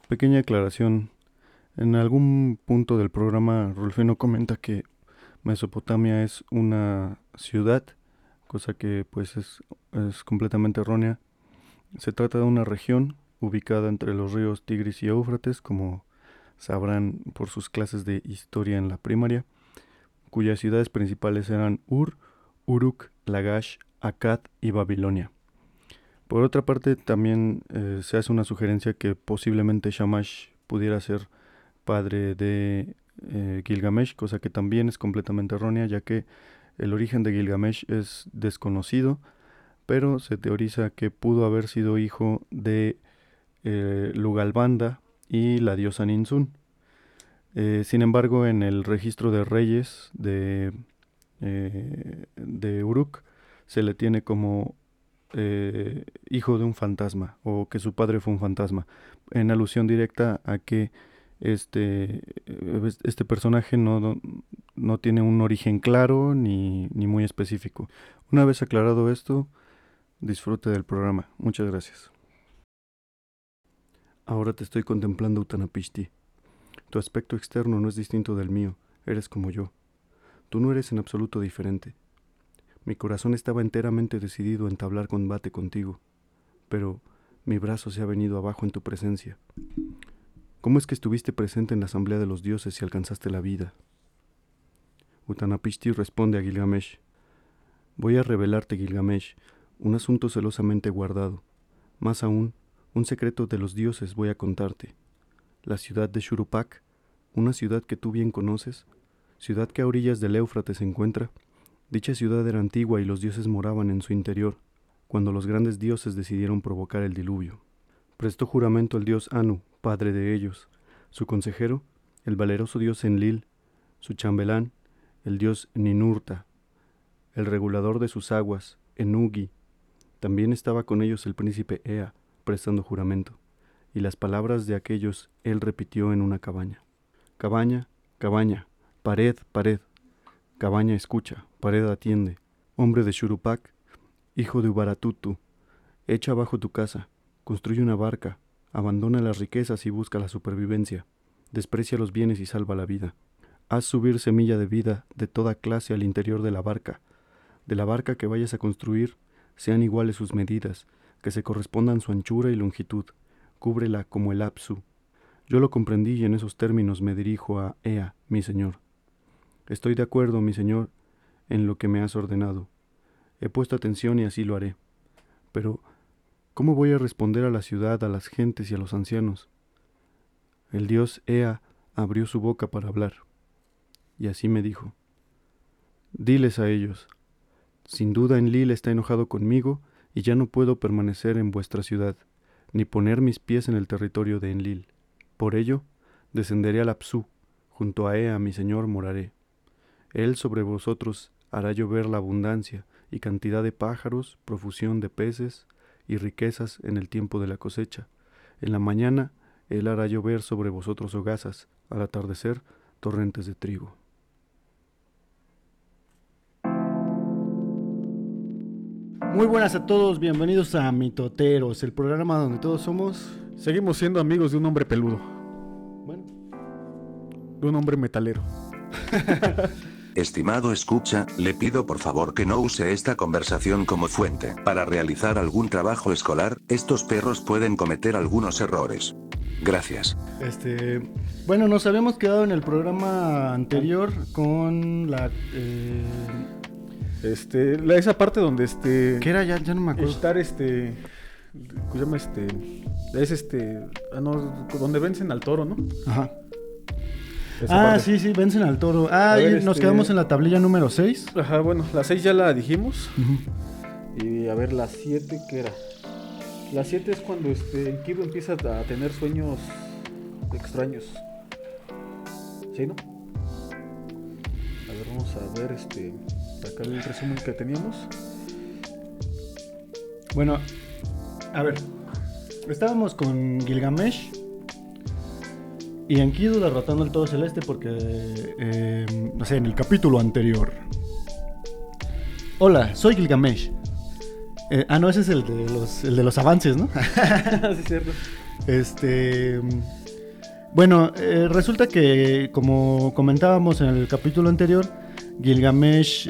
Pequeña aclaración. En algún punto del programa, Rulfino comenta que Mesopotamia es una ciudad, cosa que pues es completamente errónea. Se trata de una región ubicada entre los ríos Tigris y Éufrates, como sabrán por sus clases de historia en la primaria, cuyas ciudades principales eran Ur, Uruk, Lagash, Akkad y Babilonia. Por otra parte, también se hace una sugerencia que posiblemente Shamash pudiera ser padre de Gilgamesh, cosa que también es completamente errónea, ya que el origen de Gilgamesh es desconocido, pero se teoriza que pudo haber sido hijo de Lugalbanda y la diosa Ninsun. Sin embargo, en el registro de reyes de Uruk se le tiene como hijo de un fantasma, o que su padre fue un fantasma, en alusión directa a que este personaje no tiene un origen claro ni muy específico. Una vez aclarado esto, disfrute del programa. Muchas gracias. Ahora te estoy contemplando, Utanapishti. Tu aspecto externo no es distinto del mío, eres como yo. Tú no eres en absoluto diferente. Mi corazón estaba enteramente decidido a entablar combate contigo, pero mi brazo se ha venido abajo en tu presencia. ¿Cómo es que estuviste presente en la asamblea de los dioses y alcanzaste la vida? Utanapishti responde a Gilgamesh: voy a revelarte, Gilgamesh, un asunto celosamente guardado. Más aún, un secreto de los dioses voy a contarte. La ciudad de Shuruppak, una ciudad que tú bien conoces, ciudad que a orillas del Éufrates se encuentra. Dicha ciudad era antigua y los dioses moraban en su interior, cuando los grandes dioses decidieron provocar el diluvio. Prestó juramento al dios Anu, padre de ellos, su consejero, el valeroso dios Enlil, su chambelán, el dios Ninurta, el regulador de sus aguas, Ennugi. También estaba con ellos el príncipe Ea, prestando juramento, y las palabras de aquellos él repitió en una cabaña. Cabaña, cabaña, pared, pared. Cabaña escucha, pared atiende. Hombre de Shuruppak, hijo de Ubaratutu, echa abajo tu casa, construye una barca, abandona las riquezas y busca la supervivencia. Desprecia los bienes y salva la vida. Haz subir semilla de vida de toda clase al interior de la barca. De la barca que vayas a construir, sean iguales sus medidas, que se correspondan su anchura y longitud. Cúbrela como el Apsu. Yo lo comprendí y en esos términos me dirijo a Ea, mi señor. Estoy de acuerdo, mi señor, en lo que me has ordenado. He puesto atención y así lo haré. Pero, ¿cómo voy a responder a la ciudad, a las gentes y a los ancianos? El dios Ea abrió su boca para hablar, y así me dijo: diles a ellos, sin duda Enlil está enojado conmigo y ya no puedo permanecer en vuestra ciudad, ni poner mis pies en el territorio de Enlil. Por ello, descenderé al Apsu, junto a Ea mi señor moraré. Él sobre vosotros hará llover la abundancia y cantidad de pájaros, profusión de peces y riquezas en el tiempo de la cosecha. En la mañana él hará llover sobre vosotros hogazas, al atardecer torrentes de trigo. Muy buenas a todos, bienvenidos a Mitoteros, el programa donde todos seguimos siendo amigos de un hombre peludo. Bueno, de un hombre metalero. Estimado escucha, le pido por favor que no use esta conversación como fuente. Para realizar algún trabajo escolar, estos perros pueden cometer algunos errores. Gracias. Bueno, nos habíamos quedado en el programa anterior con la... esa parte donde ¿qué era? Ya no me acuerdo. Estar ¿cómo se llama donde vencen al toro, ¿no? Ajá. Esa parte. Sí, vencen al toro. Ver, nos quedamos en la tablilla número 6. Ajá, bueno, la 6 ya la dijimos. Uh-huh. Y a ver, la 7, ¿qué era? La 7 es cuando Enkidu empieza a tener sueños extraños. ¿Sí, no? A ver, vamos a ver acá el resumen que teníamos. Bueno, a ver, estábamos con Gilgamesh y Enkidu derrotando al todo celeste porque, en el capítulo anterior. Hola, soy Gilgamesh. No, ese es el de los avances, ¿no? Sí, cierto. Bueno, resulta que, como comentábamos en el capítulo anterior, Gilgamesh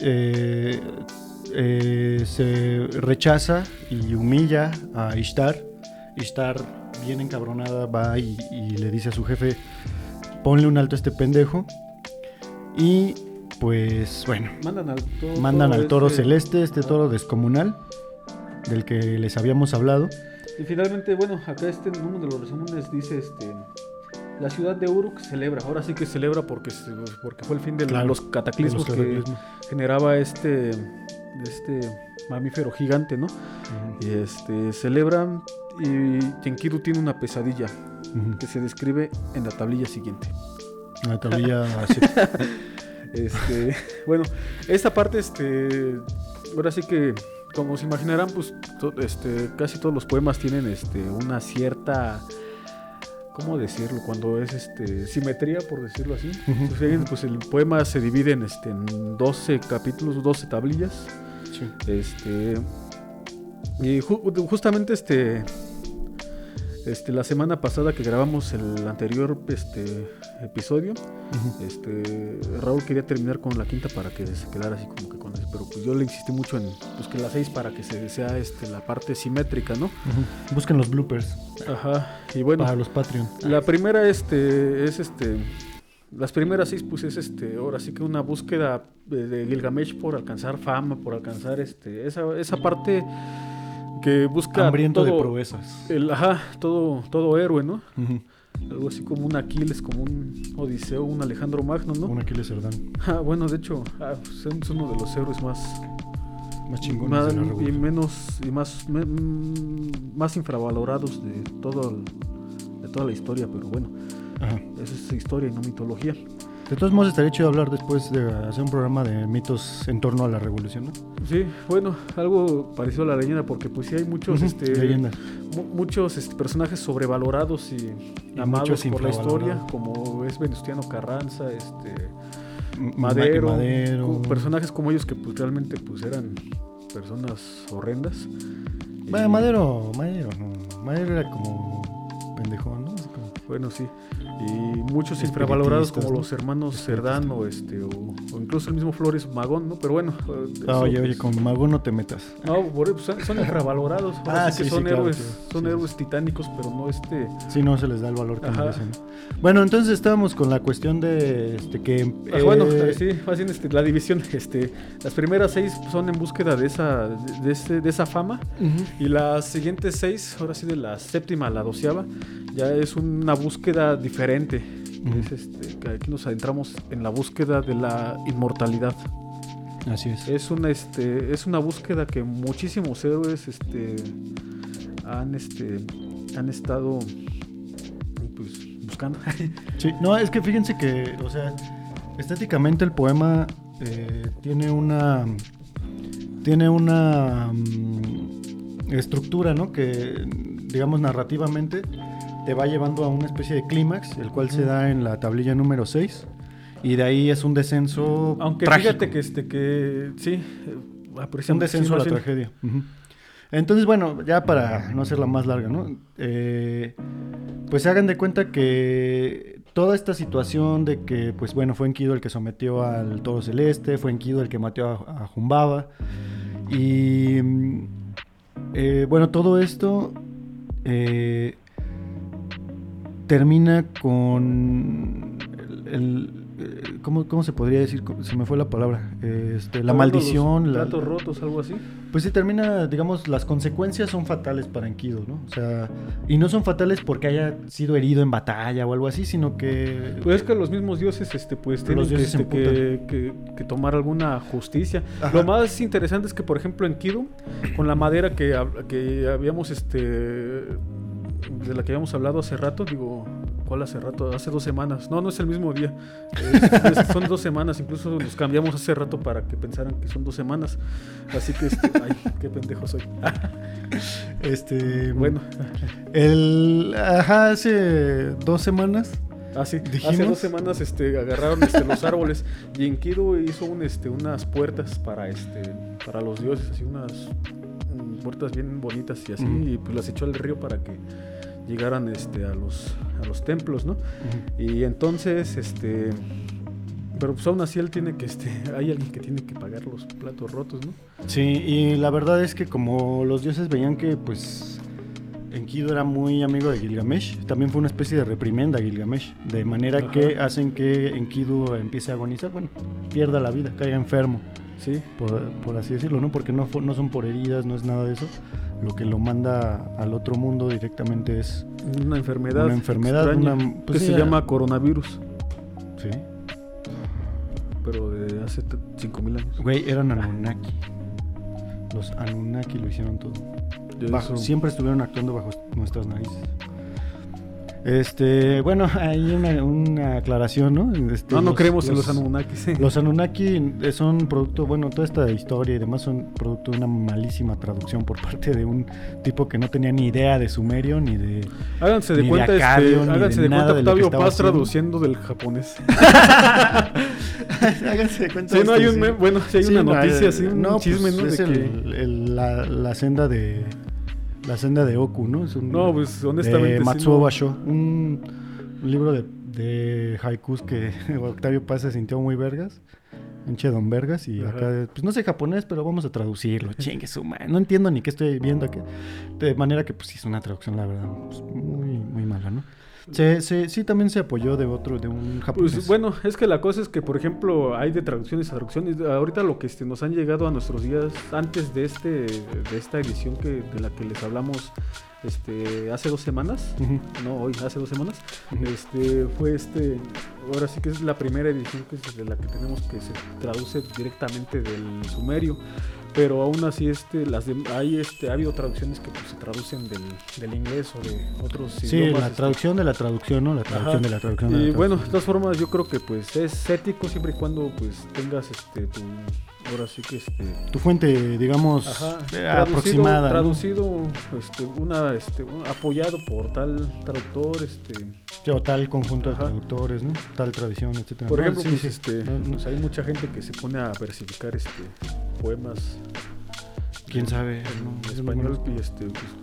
se rechaza y humilla a Ishtar. Ishtar, bien encabronada, va y le dice a su jefe: ponle un alto a este pendejo. Y pues bueno, mandan al toro celeste, este toro descomunal del que les habíamos hablado. Y finalmente, bueno, acá en uno de los resúmenes dice la ciudad de Uruk celebra. Ahora sí que celebra porque fue el fin de los cataclismos que generaba este mamífero gigante, ¿no? Uh-huh. Y celebran, y Enkidu tiene una pesadilla, uh-huh, que se describe en la tablilla siguiente. La tablilla así. Bueno, esta parte, ahora sí que, como se imaginarán, pues casi todos los poemas tienen una cierta, ¿cómo decirlo? Cuando es simetría, por decirlo así. Uh-huh. Pues el poema se divide en 12 capítulos, 12 tablillas. Sí. Y justamente la semana pasada que grabamos el anterior episodio, uh-huh, Raúl quería terminar con la quinta para que se quedara así como que con eso, pero pues yo le insistí mucho en pues que la 6 para que sea la parte simétrica, ¿no? Uh-huh. Busquen los bloopers. Ajá. Y bueno, para los Patreon. La primera es las primeras 6 pues es ahora sí que una búsqueda de Gilgamesh por alcanzar fama, por alcanzar esa parte que busca hambriento de proezas. Todo héroe, ¿no? Uh-huh. Algo así como un Aquiles, como un Odiseo, un Alejandro Magno, ¿no? Un Aquiles Cerdán. Bueno, de hecho, es uno de los héroes más chingones de la revolución. Más infravalorados de toda la historia, pero bueno, ajá, esa es historia y no mitología. De todos modos, estaría chido hablar después de hacer un programa de mitos en torno a la revolución, ¿no? Sí, bueno, algo parecido a la leyenda, porque pues sí hay muchos leyendas. Muchos personajes sobrevalorados y amados por la historia, como es Venustiano Carranza, Madero, personajes como ellos que pues realmente pues eran personas horrendas. Bueno, Madero era como pendejón, ¿no? Bueno, sí. Y muchos infravalorados como, ¿no?, los hermanos Cerdán o incluso el mismo Flores Magón, ¿no? Pero bueno. Oye, con Magón no te metas. No, son infravalorados. Sí, son héroes, claro, son héroes titánicos, pero no Sí, no se les da el valor que merecen. Bueno, entonces estábamos con la cuestión de que... Bueno, sí, más bien la división. Las primeras 6 son en búsqueda de esa fama. Uh-huh. Y las siguientes 6, ahora sí de la séptima a la 12ª, ya es una búsqueda diferente. Uh-huh. Que aquí nos adentramos en la búsqueda de la inmortalidad. Así es. Es una búsqueda que muchísimos héroes han estado pues buscando. Sí, no, es que fíjense que, o sea, estéticamente el poema tiene una estructura, ¿no? Que, digamos, narrativamente te va llevando a una especie de clímax, el cual se da en la tablilla número 6, y de ahí es un descenso. Aunque trágico. Fíjate que sí, un descenso a la tragedia. Uh-huh. Entonces, bueno, ya para no hacerla más larga, ¿no? Pues se hagan de cuenta que toda esta situación de que, pues bueno, fue Enkidu el que sometió al toro celeste, fue Enkidu el que mató a Humbaba, y bueno, todo esto termina con ¿cómo se podría decir? Se me fue la palabra. La maldición. Platos rotos, algo así. Pues sí, termina, digamos, las consecuencias son fatales para Enkidu, ¿no? O sea, y no son fatales porque haya sido herido en batalla o algo así, sino que... Pues es que los mismos dioses, pues tienen que tomar alguna justicia. Ajá. Lo más interesante es que, por ejemplo, Enkidu, con la madera que habíamos, de la que habíamos hablado hace rato, digo... ¿Cuál hace rato? Hace 2 semanas. No es el mismo día. Son 2 semanas. Incluso nos cambiamos hace rato para que pensaran que son 2 semanas. Así que, ay, qué pendejo soy. Bueno. Hace 2 semanas. Sí. Hace 2 semanas agarraron los árboles. Y Enkidu hizo unas puertas para los dioses. Así unas puertas bien bonitas y así. Y pues las echó al río para que llegaran a los templos, ¿no? Y entonces, pero pues aún así él tiene que, hay alguien que tiene que pagar los platos rotos, ¿no? Sí, y la verdad es que como los dioses veían que, pues, Enkidu era muy amigo de Gilgamesh, también fue una especie de reprimenda a Gilgamesh, de manera que hacen que Enkidu empiece a agonizar, bueno, pierda la vida, caiga enfermo, sí, por así decirlo, ¿no? Porque no son por heridas, no es nada de eso. Lo que lo manda al otro mundo directamente es una enfermedad extraña, que se llama coronavirus. Sí. Pero de hace 5,000 años. Güey, eran Anunnaki. Los Anunnaki lo hicieron todo. Siempre estuvieron actuando bajo nuestras narices. Bueno, hay una aclaración, ¿no? No creemos en los Anunnaki, sí. Los Anunnaki son producto, bueno, toda esta historia y demás son producto de una malísima traducción por parte de un tipo que no tenía ni idea de sumerio, ni de Háganse de cuenta, Octavio Paz traduciendo del japonés. Háganse de cuenta. Sí, no hay una noticia, así, un chisme, ¿no? Es la senda de... La senda de Oku, ¿no? Es pues honestamente de Matsuo Basho, un libro de haikus que Octavio Paz se sintió muy vergas, pinche don vergas, y acá, pues no sé japonés, pero vamos a traducirlo, chingue su madre, no entiendo ni qué estoy viendo aquí, de manera que pues sí es una traducción, la verdad, pues, muy, muy mala, ¿no? Sí, también se apoyó de un japonés. Pues bueno, es que la cosa es que, por ejemplo, hay de traducciones a traducciones. Ahorita lo que nos han llegado a nuestros días antes de esta edición de la que les hablamos hace 2 semanas, no hoy, hace 2 semanas, fue ahora sí que es la primera edición de la que tenemos que se traduce directamente del sumerio. Pero aún así ha habido traducciones que pues, se traducen del inglés o de otros idiomas. Sí, la traducción de la traducción, ¿no? La traducción de la traducción. Y bueno, de todas formas yo creo que pues es ético siempre y cuando pues tengas ahora sí que tu fuente, digamos, aproximada, traducido, apoyado por tal traductor, o tal conjunto de traductores, ¿no? Tal tradición, etcétera. Por ejemplo, pues, hay mucha gente que se pone a versificar poemas. ¿Quién sabe? En español pues,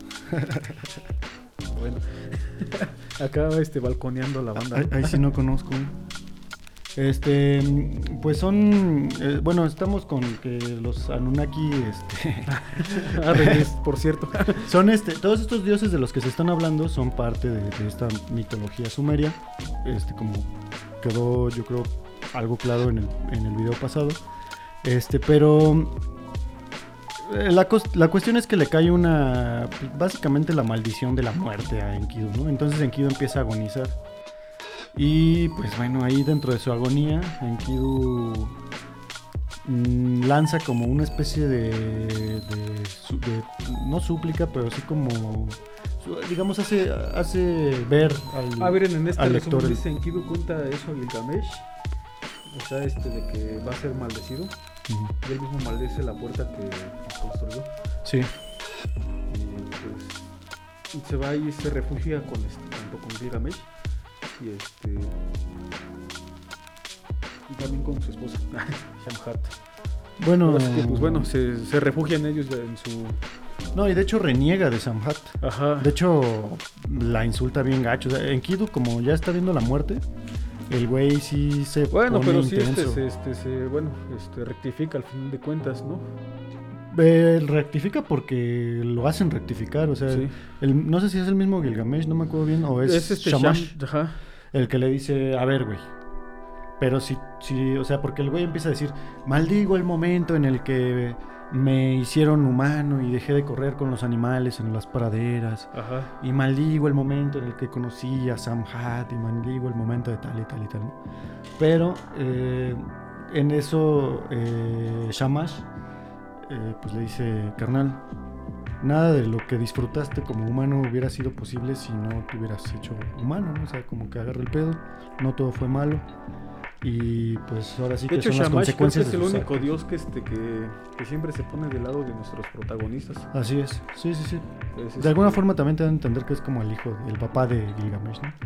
bueno. Acá balconeando la banda. Ahí sí no conozco. Pues son bueno, estamos con que los Anunnaki por cierto. Son todos estos dioses de los que se están hablando son parte de esta mitología sumeria. Como quedó, yo creo, algo claro en el video pasado. Pero la cuestión es que le cae básicamente la maldición de la muerte a Enkidu, ¿no? Entonces Enkidu empieza a agonizar. Y pues bueno, ahí dentro de su agonía, Enkidu lanza como una especie de no súplica, pero sí como, digamos, hace ver al en al lector. Dice Enkidu cuenta eso a Gilgamesh, o sea, de que va a ser maldecido. Y él mismo maldece la puerta que construyó. Sí. Y pues se va y se refugia junto con Gilgamesh y también con su esposa Shamhat. Bueno, pues bueno, se refugian ellos en su... No, y de hecho reniega de Shamhat. Ajá. De hecho la insulta bien gacho. O sea, Enkidu, como ya está viendo la muerte, el güey sí se pone pero intenso. Sí rectifica al fin de cuentas, ¿no? Rectifica porque lo hacen rectificar, o sea, sí. No sé si es el mismo Gilgamesh, no me acuerdo bien, o es Shamash, el que le dice, a ver, güey, pero sí, o sea, porque el güey empieza a decir, maldigo el momento en el que me hicieron humano y dejé de correr con los animales en las praderas. Ajá. Y maldigo el momento en el que conocí a Shamhat y maldigo el momento de tal y tal y tal. Pero en eso Shamash pues le dice, carnal, nada de lo que disfrutaste como humano hubiera sido posible si no te hubieras hecho humano, ¿no? O sea, como que agarra el pedo, no todo fue malo. Y pues ahora sí que son las consecuencias. Es el único dios que siempre se pone del lado de nuestros protagonistas. Así es, sí. De alguna forma también te dan a entender que es como el hijo, el papá de Gilgamesh, ¿no?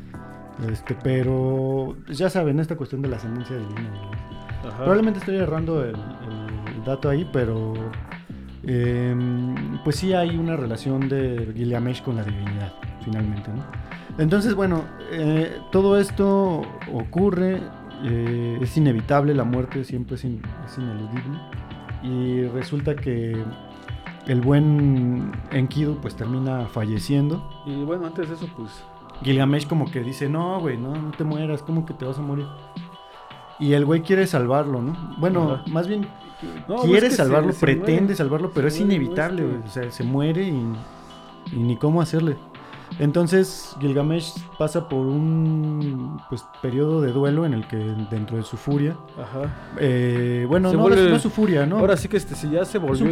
Pero ya saben, esta cuestión de la ascendencia divina. Ajá. Probablemente estoy errando el dato ahí, pero pues sí hay una relación de Gilgamesh con la divinidad. finalmente, ¿no? Entonces, bueno, todo esto ocurre, es inevitable, la muerte siempre es ineludible, y resulta que el buen Enkidu pues termina falleciendo. Y bueno, antes de eso, pues... Gilgamesh como que dice, no, güey, no te mueras, ¿cómo que te vas a morir? Y el güey quiere salvarlo, ¿no? Bueno, más bien quiere salvarlo, pretende salvarlo, pero es inevitable, güey. O sea, se muere y ni cómo hacerle. Entonces Gilgamesh pasa por un periodo de duelo en el que dentro de su furia, bueno, no es su furia, ¿no? Ahora sí que si ya se volvió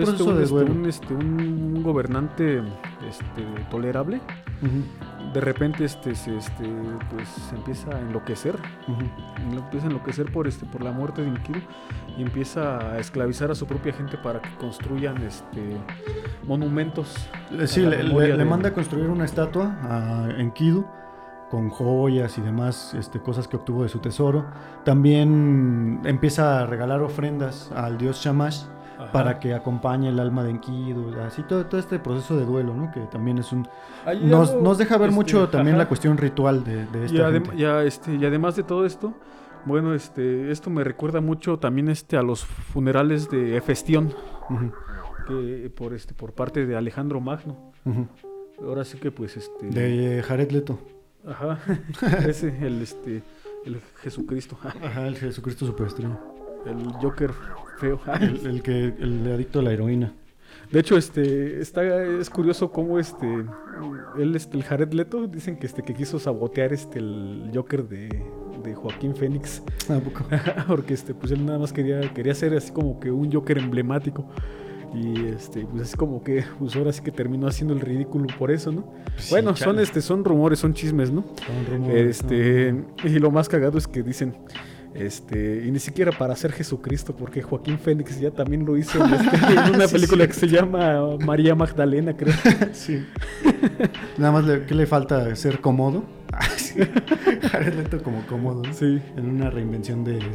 un gobernante tolerable, de repente pues se empieza a enloquecer, empieza a enloquecer por la muerte de Enkidu, y empieza a esclavizar a su propia gente para que construyan monumentos. Sí, le manda a construir una estatua a Enkidu con joyas y demás cosas que obtuvo de su tesoro. También empieza a regalar ofrendas al dios Shamash para que acompañe el alma de Enkidu, así todo este proceso de duelo, ¿no? Que también es nos deja ver mucho también la cuestión ritual de esta gente. Y además de todo esto, bueno, esto me recuerda mucho también a los funerales de Hefestión, que por parte de Alejandro Magno. Ahora sí que pues de Jared Leto. Ajá. Ese el Jesucristo. Ajá, el Jesucristo superestrella. El Joker feo. el adicto a la heroína. De hecho, es curioso cómo el Jared Leto dicen que quiso sabotear el Joker de Joaquín Phoenix. ¿A poco? Porque pues él nada más quería ser así como que un Joker emblemático. Y pues así como que pues ahora sí que terminó haciendo el ridículo por eso, ¿no? Sí, bueno, son rumores, son chismes, ¿no? Son rumores, y lo más cagado es que dicen y ni siquiera para ser Jesucristo, porque Joaquín Phoenix ya también lo hizo en una película que se llama María Magdalena, creo. Sí. Nada más ¿qué le falta? ¿Ser cómodo? Jared Leto como cómodo. Sí. En una reinvención de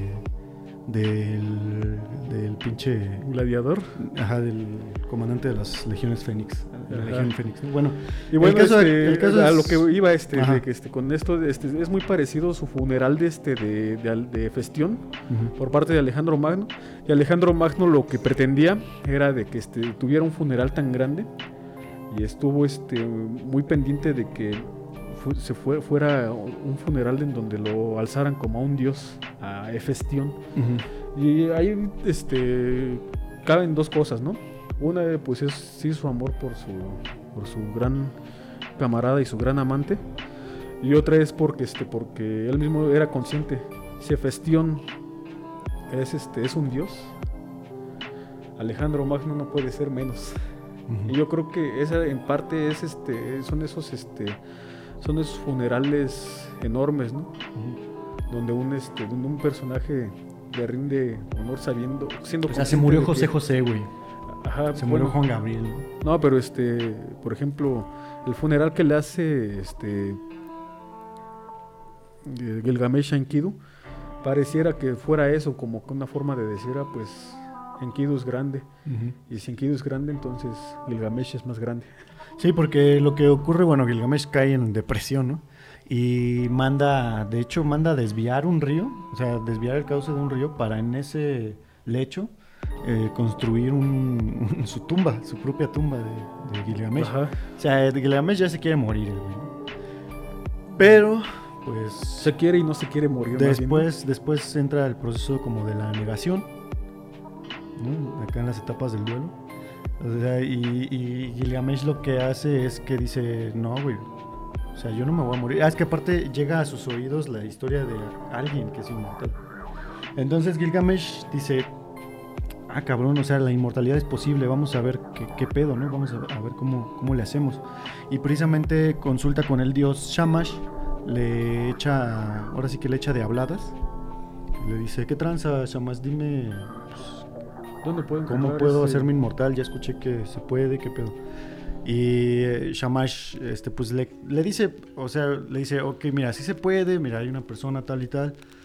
del pinche gladiador, del comandante de las legiones Fénix, la Legión Fénix. Bueno, y bueno, el caso a lo que iba de que con esto es muy parecido su funeral de Hefestión por parte de Alejandro Magno. Y Alejandro Magno lo que pretendía era de que tuviera un funeral tan grande, y estuvo muy pendiente de que fuera un funeral en donde lo alzaran como a un dios, a Hefestión. Y ahí caben dos cosas, ¿no? Una pues es sí su amor por su gran camarada y su gran amante, y otra es porque él mismo era consciente, si Hefestión es un dios, Alejandro Magno no puede ser menos. Y yo creo que esa en parte son esos funerales enormes, ¿no? Donde un personaje le rinde honor siendo o sea, se murió José, güey. Ajá, se murió Juan Gabriel, ¿no? No, pero por ejemplo, el funeral que le hace Gilgamesh a Enkidu, pareciera que fuera eso, como una forma de decir, pues Enkidu es grande. Y si Enkidu es grande, entonces Gilgamesh es más grande. Sí, porque lo que ocurre, bueno, Gilgamesh cae en depresión, ¿no? Y manda a desviar un río, o sea, desviar el cauce de un río para en ese lecho construir su tumba, su propia tumba de Gilgamesh. Ajá. O sea, Gilgamesh ya se quiere morir, güey. Pero, pues... se quiere y no se quiere morir. Después entra el proceso como de la negación, ¿no? Acá en las etapas del duelo. O sea, y Gilgamesh lo que hace es que dice, no, güey, o sea, yo no me voy a morir. Es que aparte llega a sus oídos la historia de alguien que es inmortal. Entonces Gilgamesh dice, cabrón, o sea, la inmortalidad es posible, vamos a ver qué pedo, ¿no? Vamos a ver cómo le hacemos. Y precisamente consulta con el dios Shamash, ahora sí que le echa de habladas. Le dice, ¿qué tranza, Shamash? Dime... ¿Dónde puedo ¿cómo puedo hacerme inmortal? Ya escuché que se puede, ¿qué pedo? Y Shamash pues le dice, ok, mira, sí se puede, mira, hay una persona tal y tal,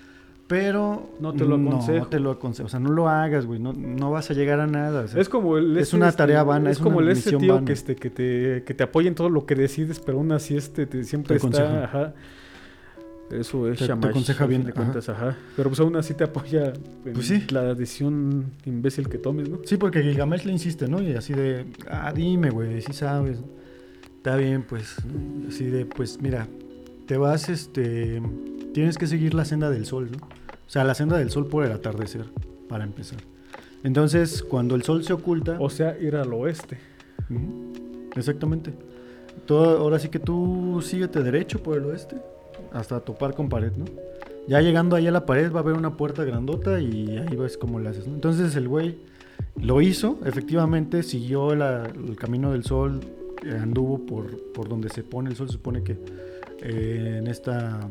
pero no te lo aconsejo. No te lo aconsejo, o sea, no lo hagas, güey, no vas a llegar a nada. O sea, es como es una tarea vana, es como una ese misión tío vana. que te apoya en todo lo que decides, pero aún así siempre te está, ajá. Eso es te Shamash, aconseja bien, de cuentas, ajá. Pero pues aún así te apoya en pues sí. la decisión imbécil que tomes, ¿no? Sí, porque Gilgamesh le insiste, ¿no? Y así de, dime, güey, sí sabes. Está bien, pues, así de, pues, mira, te vas, tienes que seguir la senda del sol, ¿no? O sea, la senda del sol por el atardecer, para empezar. Entonces, cuando el sol se oculta... O sea, ir al oeste. Exactamente. Ahora sí que tú síguete derecho por el oeste, hasta topar con pared, ¿no? Ya llegando ahí a la pared va a haber una puerta grandota y ahí ves cómo le haces, ¿no? Entonces el güey lo hizo, efectivamente, siguió el camino del sol, anduvo por donde se pone el sol. Se supone que en esta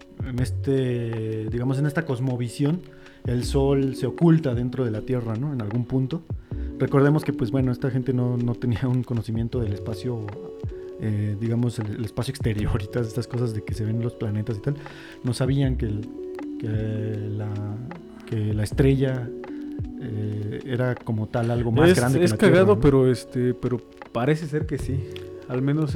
cosmovisión el sol se oculta dentro de la Tierra, ¿no? En algún punto. Recordemos que, pues bueno, esta gente no tenía un conocimiento del espacio, digamos, el espacio exterior y todas estas cosas de que se ven los planetas y tal. No sabían que la estrella era como tal algo más grande que la Tierra. Es cagado, ¿no? pero parece ser que sí. Al menos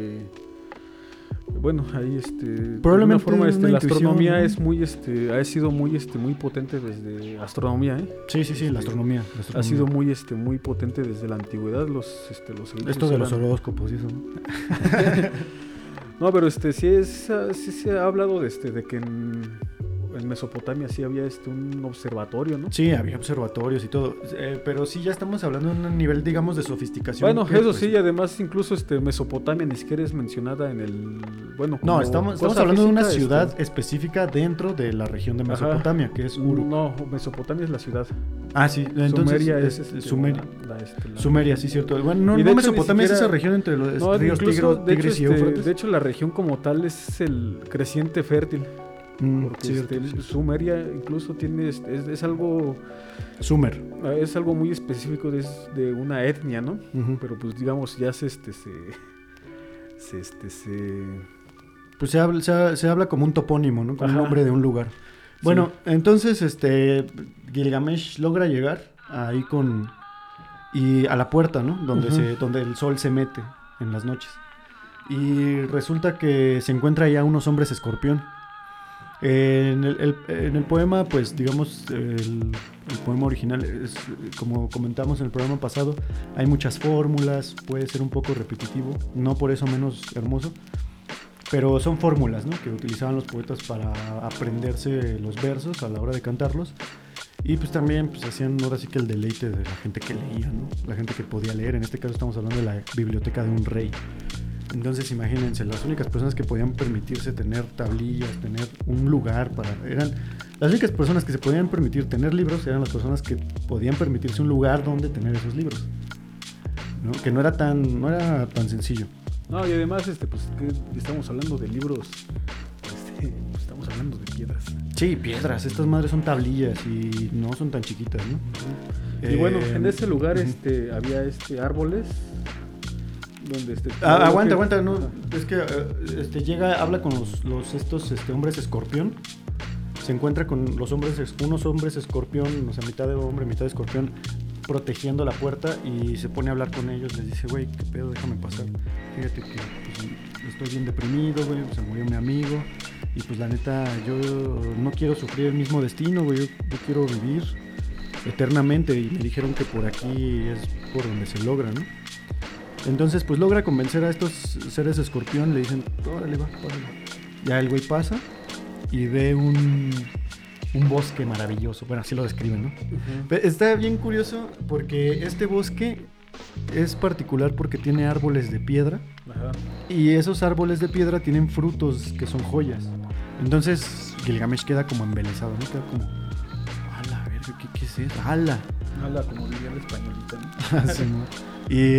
bueno, ahí probablemente de alguna forma la astronomía, ¿no? Es muy ha sido muy potente desde astronomía, ¿eh? Sí, la astronomía. Ha sido muy potente desde la antigüedad, esto de los horóscopos y eso, ¿no? No, pero sí se ha hablado de que en Mesopotamia sí había un observatorio, ¿no? Sí, había observatorios y todo, pero sí ya estamos hablando de un nivel, digamos, de sofisticación. Bueno, eso pues, sí, y además incluso Mesopotamia ni siquiera es mencionada en el... Bueno, no, estamos hablando de una ciudad específica dentro de la región de Mesopotamia, que es Uruk. No, Mesopotamia es la ciudad. Ah, sí, entonces Sumeria es Sumeria, sí, cierto. Bueno, no Mesopotamia es esa región entre los ríos Tigris y Éufrates. De hecho, la región como tal es el creciente fértil. Porque Sumeria incluso tiene es algo Sumer, es algo muy específico de una etnia, ¿no? Uh-huh. Pero pues digamos ya pues se habla como un topónimo, ¿no? Como un nombre de un lugar. Bueno, sí. Entonces Gilgamesh logra llegar ahí y a la puerta, ¿no? Donde uh-huh. Donde el sol se mete en las noches. Y resulta que se encuentra ya unos hombres escorpión. En el poema, pues digamos, el poema original es, como comentamos en el programa pasado, hay muchas fórmulas, puede ser un poco repetitivo, no por eso menos hermoso, pero son fórmulas, ¿no? Que utilizaban los poetas para aprenderse los versos a la hora de cantarlos, y pues también pues hacían ahora sí que el deleite de la gente que leía, ¿no? La gente que podía leer. En este caso estamos hablando de la biblioteca de un rey. Entonces imagínense, las únicas personas que podían permitirse tener tablillas, tener un lugar eran las únicas personas que se podían permitir tener libros, eran las personas que podían permitirse un lugar donde tener esos libros, ¿no? Que no era tan sencillo. No, y además pues que estamos hablando de libros, pues, estamos hablando de piedras. Sí, piedras, estas madres son tablillas y no son tan chiquitas, ¿no? Y bueno, en ese lugar había árboles donde aguanta, no, es que llega, habla con estos hombres escorpión, se encuentra con unos hombres escorpión, o sea, mitad de hombre, mitad de escorpión, protegiendo la puerta, y se pone a hablar con ellos. Les dice, güey, qué pedo, déjame pasar, fíjate que pues, estoy bien deprimido, güey, se murió mi amigo, y pues la neta, yo no quiero sufrir el mismo destino, güey, yo quiero vivir eternamente, y me dijeron que por aquí es por donde se logra, ¿no? Entonces pues logra convencer a estos seres escorpión, le dicen, órale, va. Ya el güey pasa y ve un bosque maravilloso, bueno, así lo describen, ¿no? Uh-huh. Está bien curioso porque este bosque es particular porque tiene árboles de piedra. Ajá. Y esos árboles de piedra tienen frutos que son joyas. Entonces Gilgamesh queda como embelesado, ¿no? Queda como, ¡ala, verga, qué es eso! ¡Ala! ¡Ala! Como diría el españolito, ¿no? Sí, ¿no?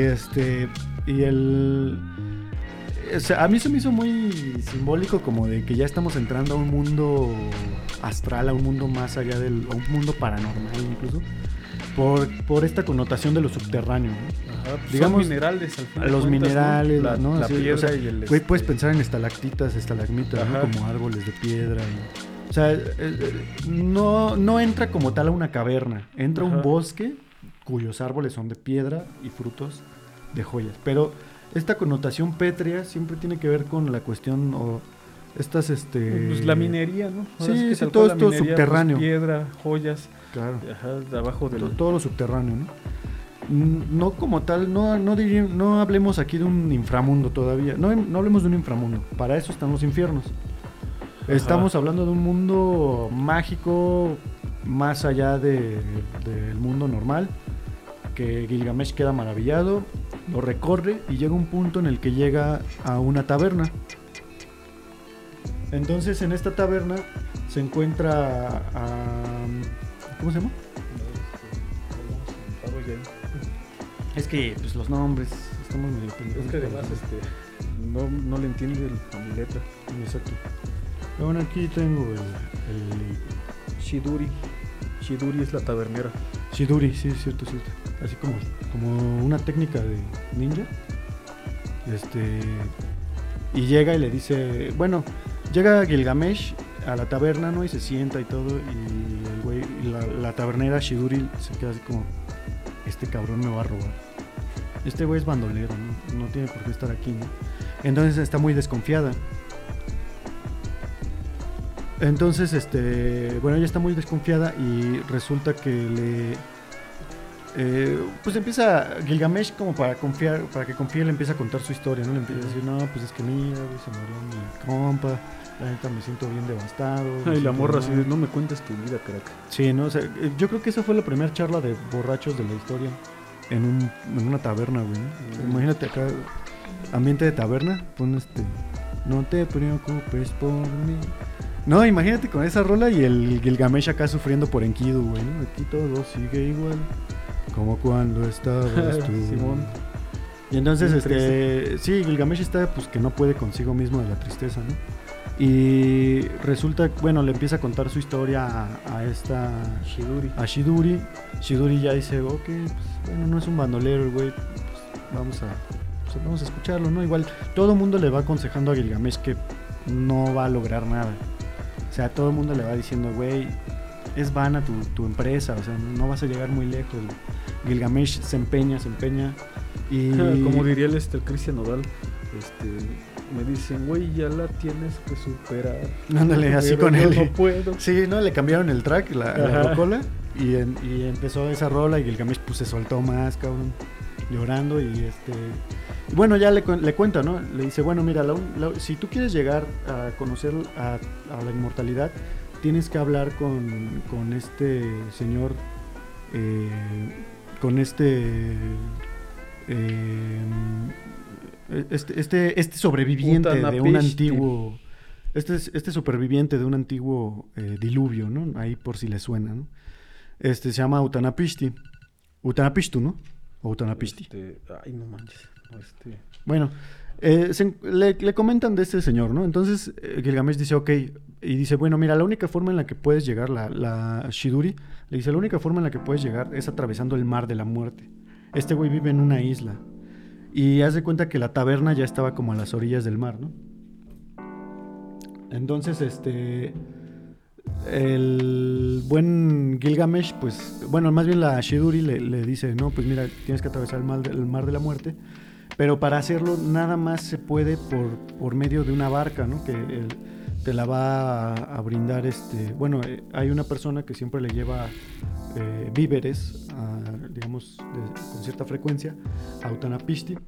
O sea, a mí se me hizo muy simbólico, como de que ya estamos entrando a un mundo astral, a un mundo más allá a un mundo paranormal incluso, por esta connotación de lo subterráneo, ¿no? Ajá, pues digamos, son minerales al final. Los minerales, ¿no? La piedra, o sea, y güey, puedes pensar en estalactitas, estalagmitas, ¿no? Como árboles de piedra. O sea, no entra como tal a una caverna. Entra a un bosque cuyos árboles son de piedra y frutos de joyas. Pero esta connotación pétrea siempre tiene que ver con la cuestión o estas pues la minería, ¿no? Ahora sí, es que todo esto subterráneo. Pues, piedra, joyas. Claro. De abajo del... Todo lo subterráneo, ¿no? No como tal, no hablemos aquí de un inframundo todavía. No hablemos de un inframundo. Para eso están los infiernos. Estamos hablando de un mundo mágico más allá del mundo normal, que Gilgamesh queda maravillado, lo recorre y llega a un punto en el que llega a una taberna. Entonces en esta taberna se encuentra a... ¿Cómo se llama? Es que pues los nombres estamos medio pendientes. Es que además no le entiende mi letra. Exacto. Pero bueno, aquí tengo el Shiduri. Shiduri es la tabernera. Shiduri, sí, cierto. Así como una técnica de ninja. Y llega y le dice, bueno, llega Gilgamesh a la taberna, ¿no? Y se sienta y todo, y el güey, la tabernera Shiduri se queda así como, este cabrón me va a robar. Este güey es bandolero, ¿no? No tiene por qué estar aquí, ¿no? Entonces está muy desconfiada. Entonces, bueno, ella está muy desconfiada y resulta que pues empieza Gilgamesh como para que confíe, le empieza a contar su historia, ¿no? Le empieza a decir, no, pues es que mira, güey, se murió mi compa, la neta me siento bien devastado. Y la morra así de, no me cuentes tu vida, crack. Sí, ¿no? O sea, yo creo que esa fue la primera charla de borrachos de la historia en una taberna, güey, ¿no? Imagínate acá, ambiente de taberna, pon no te preocupes por mí. No, imagínate con esa rola y el Gilgamesh acá sufriendo por Enkidu, güey, ¿no? Aquí todo sigue igual como cuando estabas tú. Simón. Y entonces, sí, Gilgamesh está, pues, que no puede consigo mismo de la tristeza, ¿no? Y resulta, bueno, le empieza a contar su historia a esta Shiduri. A Shiduri. Shiduri ya dice, ok, pues, bueno, no es un bandolero el güey, pues, vamos a escucharlo, ¿no? Igual, todo el mundo le va aconsejando a Gilgamesh que no va a lograr nada. O sea, todo el mundo le va diciendo, güey, es vana tu empresa, o sea, no vas a llegar muy lejos. Gilgamesh se empeña y... Como diría el Cristian Nodal, me dicen, güey, ya la tienes que superar. Ándale, así con él. No puedo. Sí, ¿no? Le cambiaron el track, la rocola, y empezó esa rola y Gilgamesh pues se soltó más, cabrón, llorando y bueno, ya le cuenta, ¿no? Le dice, bueno, mira, si tú quieres llegar a conocer a la inmortalidad, tienes que hablar con este señor, con este sobreviviente de un antiguo, este superviviente de un antiguo diluvio, ¿no? Ahí por si le suena, ¿no? Se llama Utanapishti, ¿no? O Utanapishti. Ay, no manches. Bueno, le comentan de este señor, ¿no? Entonces Gilgamesh dice, ok, y dice, bueno, mira, la única forma en la que puedes llegar, la Shiduri, le dice, la única forma en la que puedes llegar es atravesando el mar de la muerte. Este güey vive en una isla. Y haz de cuenta que la taberna ya estaba como a las orillas del mar, ¿no? Entonces, el buen Gilgamesh, pues, bueno, más bien la Shiduri le dice, no, pues mira, tienes que atravesar el mar de la muerte, pero para hacerlo nada más se puede por medio de una barca, ¿no? Que te la va a brindar bueno, hay una persona que siempre le lleva víveres, digamos, con cierta frecuencia a Utanapishtu,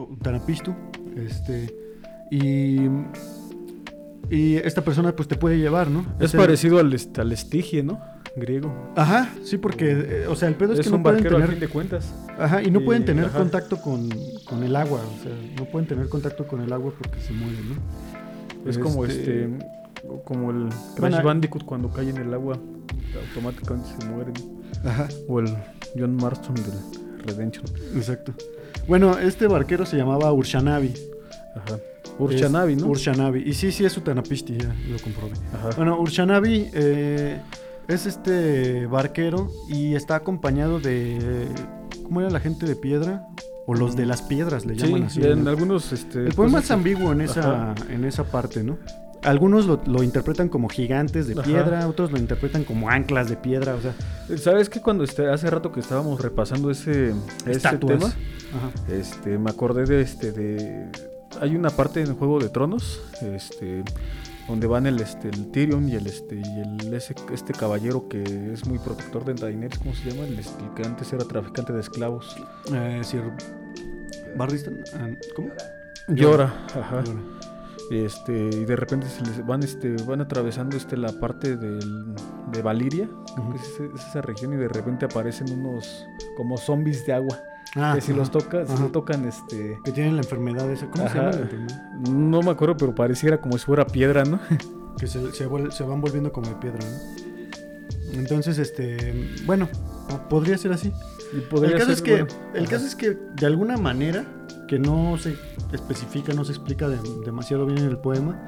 y esta persona pues te puede llevar, ¿no? Es parecido al Estigie, ¿no? Griego. Ajá, sí, porque, o sea, el pedo es que no pueden tener... a fin de cuentas. Ajá, y no pueden tener contacto con el agua, o sea, no pueden tener contacto con el agua porque se mueren, ¿no? Es como como el Crash Bandicoot cuando cae en el agua, automáticamente se mueren. Ajá. O el John Marston del Redemption. Exacto. Bueno, este barquero se llamaba Urshanabi. Ajá. Urshanabi, ¿no? Urshanabi. Y sí es Utanapishti, ya lo comprobé. Ajá. Bueno, Urshanabi es barquero y está acompañado de... ¿Cómo era la gente de piedra? O los de las piedras le llaman así. En algunos... el poema es ambiguo en esa parte, ¿no? algunos lo interpretan como gigantes de piedra, otros lo interpretan como anclas de piedra, o sea... ¿Sabes qué? Cuando hace rato que estábamos repasando ese tema, me acordé de hay una parte en el Juego de Tronos, donde van el Tyrion y este caballero que es muy protector de Daenerys, ¿cómo se llama? El que antes era traficante de esclavos. Sir Barristan, ¿cómo? Llora, ajá. Y de repente se les van atravesando la parte de Valiria, que es esa región, y de repente aparecen unos como zombies de agua. Que si los tocan, que tienen la enfermedad esa, ¿cómo se llama la enfermedad? No me acuerdo, pero pareciera como si fuera piedra, ¿no? Que se van volviendo como de piedra, ¿no? Entonces, bueno, podría ser así. El caso es que de alguna manera, que no se especifica, no se explica demasiado bien en el poema,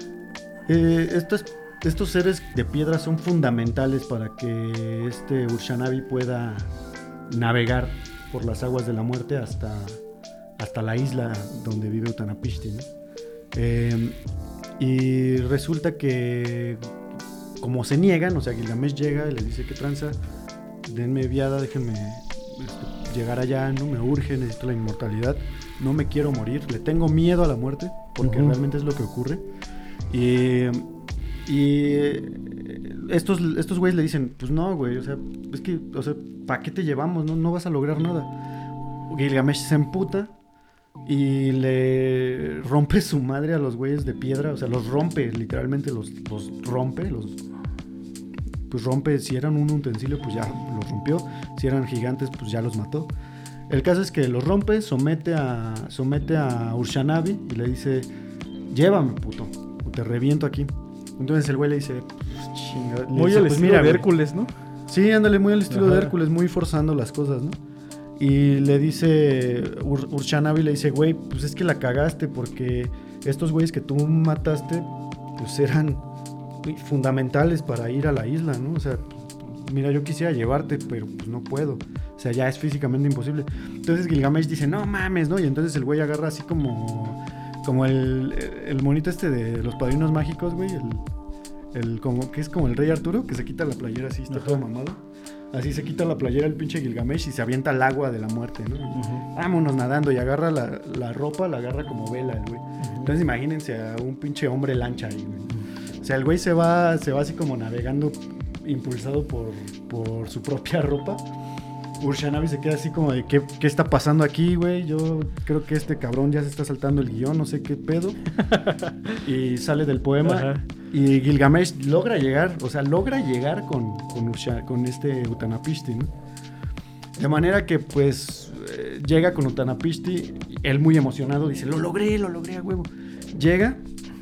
estos seres de piedra son fundamentales para que Urshanabi pueda navegar por las aguas de la muerte hasta la isla donde vive Utanapishti, ¿no? Y resulta que como se niegan, o sea, Gilgamesh llega y les dice: ¿qué tranza? Denme viada, déjenme llegar allá, no me urge, necesito la inmortalidad, no me quiero morir, le tengo miedo a la muerte, porque realmente es lo que ocurre. Y estos güeyes le dicen: pues no, güey, o sea, es que, o sea, ¿para qué te llevamos? No vas a lograr nada. Gilgamesh se emputa y le rompe su madre a los güeyes de piedra, o sea, los rompe, literalmente los rompe, pues rompe, si eran un utensilio, pues ya los rompió, si eran gigantes, pues ya los mató. El caso es que los rompe, somete a Urshanabi y le dice: llévame, puto, o te reviento aquí. Entonces el güey le dice: chinga, muy al estilo de Hércules, ¿no? Sí, ándale, muy al estilo de Hércules, muy forzando las cosas, ¿no? Y le dice Urshanabi, le dice: güey, pues es que la cagaste, porque estos güeyes que tú mataste, pues eran fundamentales para ir a la isla, ¿no? O sea, mira, yo quisiera llevarte, pero pues no puedo. O sea, ya es físicamente imposible. Entonces Gilgamesh dice: no mames, ¿no? Y entonces el güey agarra así como el monito de los Padrinos Mágicos, güey, como que es como el Rey Arturo, que se quita la playera así, está todo mamado. Así se quita la playera el pinche Gilgamesh y se avienta al agua de la muerte, ¿no? Vámonos nadando, y agarra la ropa, la agarra como vela el güey. Entonces imagínense a un pinche hombre lancha ahí, güey. O sea, el güey se va así como navegando, impulsado por su propia ropa. Urshanabi se queda así como de: ¿qué está pasando aquí, güey? Yo creo que este cabrón ya se está saltando el guión, no sé qué pedo. Y sale del poema. Ajá. Y Gilgamesh logra llegar con Utanapishti, ¿no? De manera que pues llega con Utanapishti, él muy emocionado dice: lo logré a huevo. Llega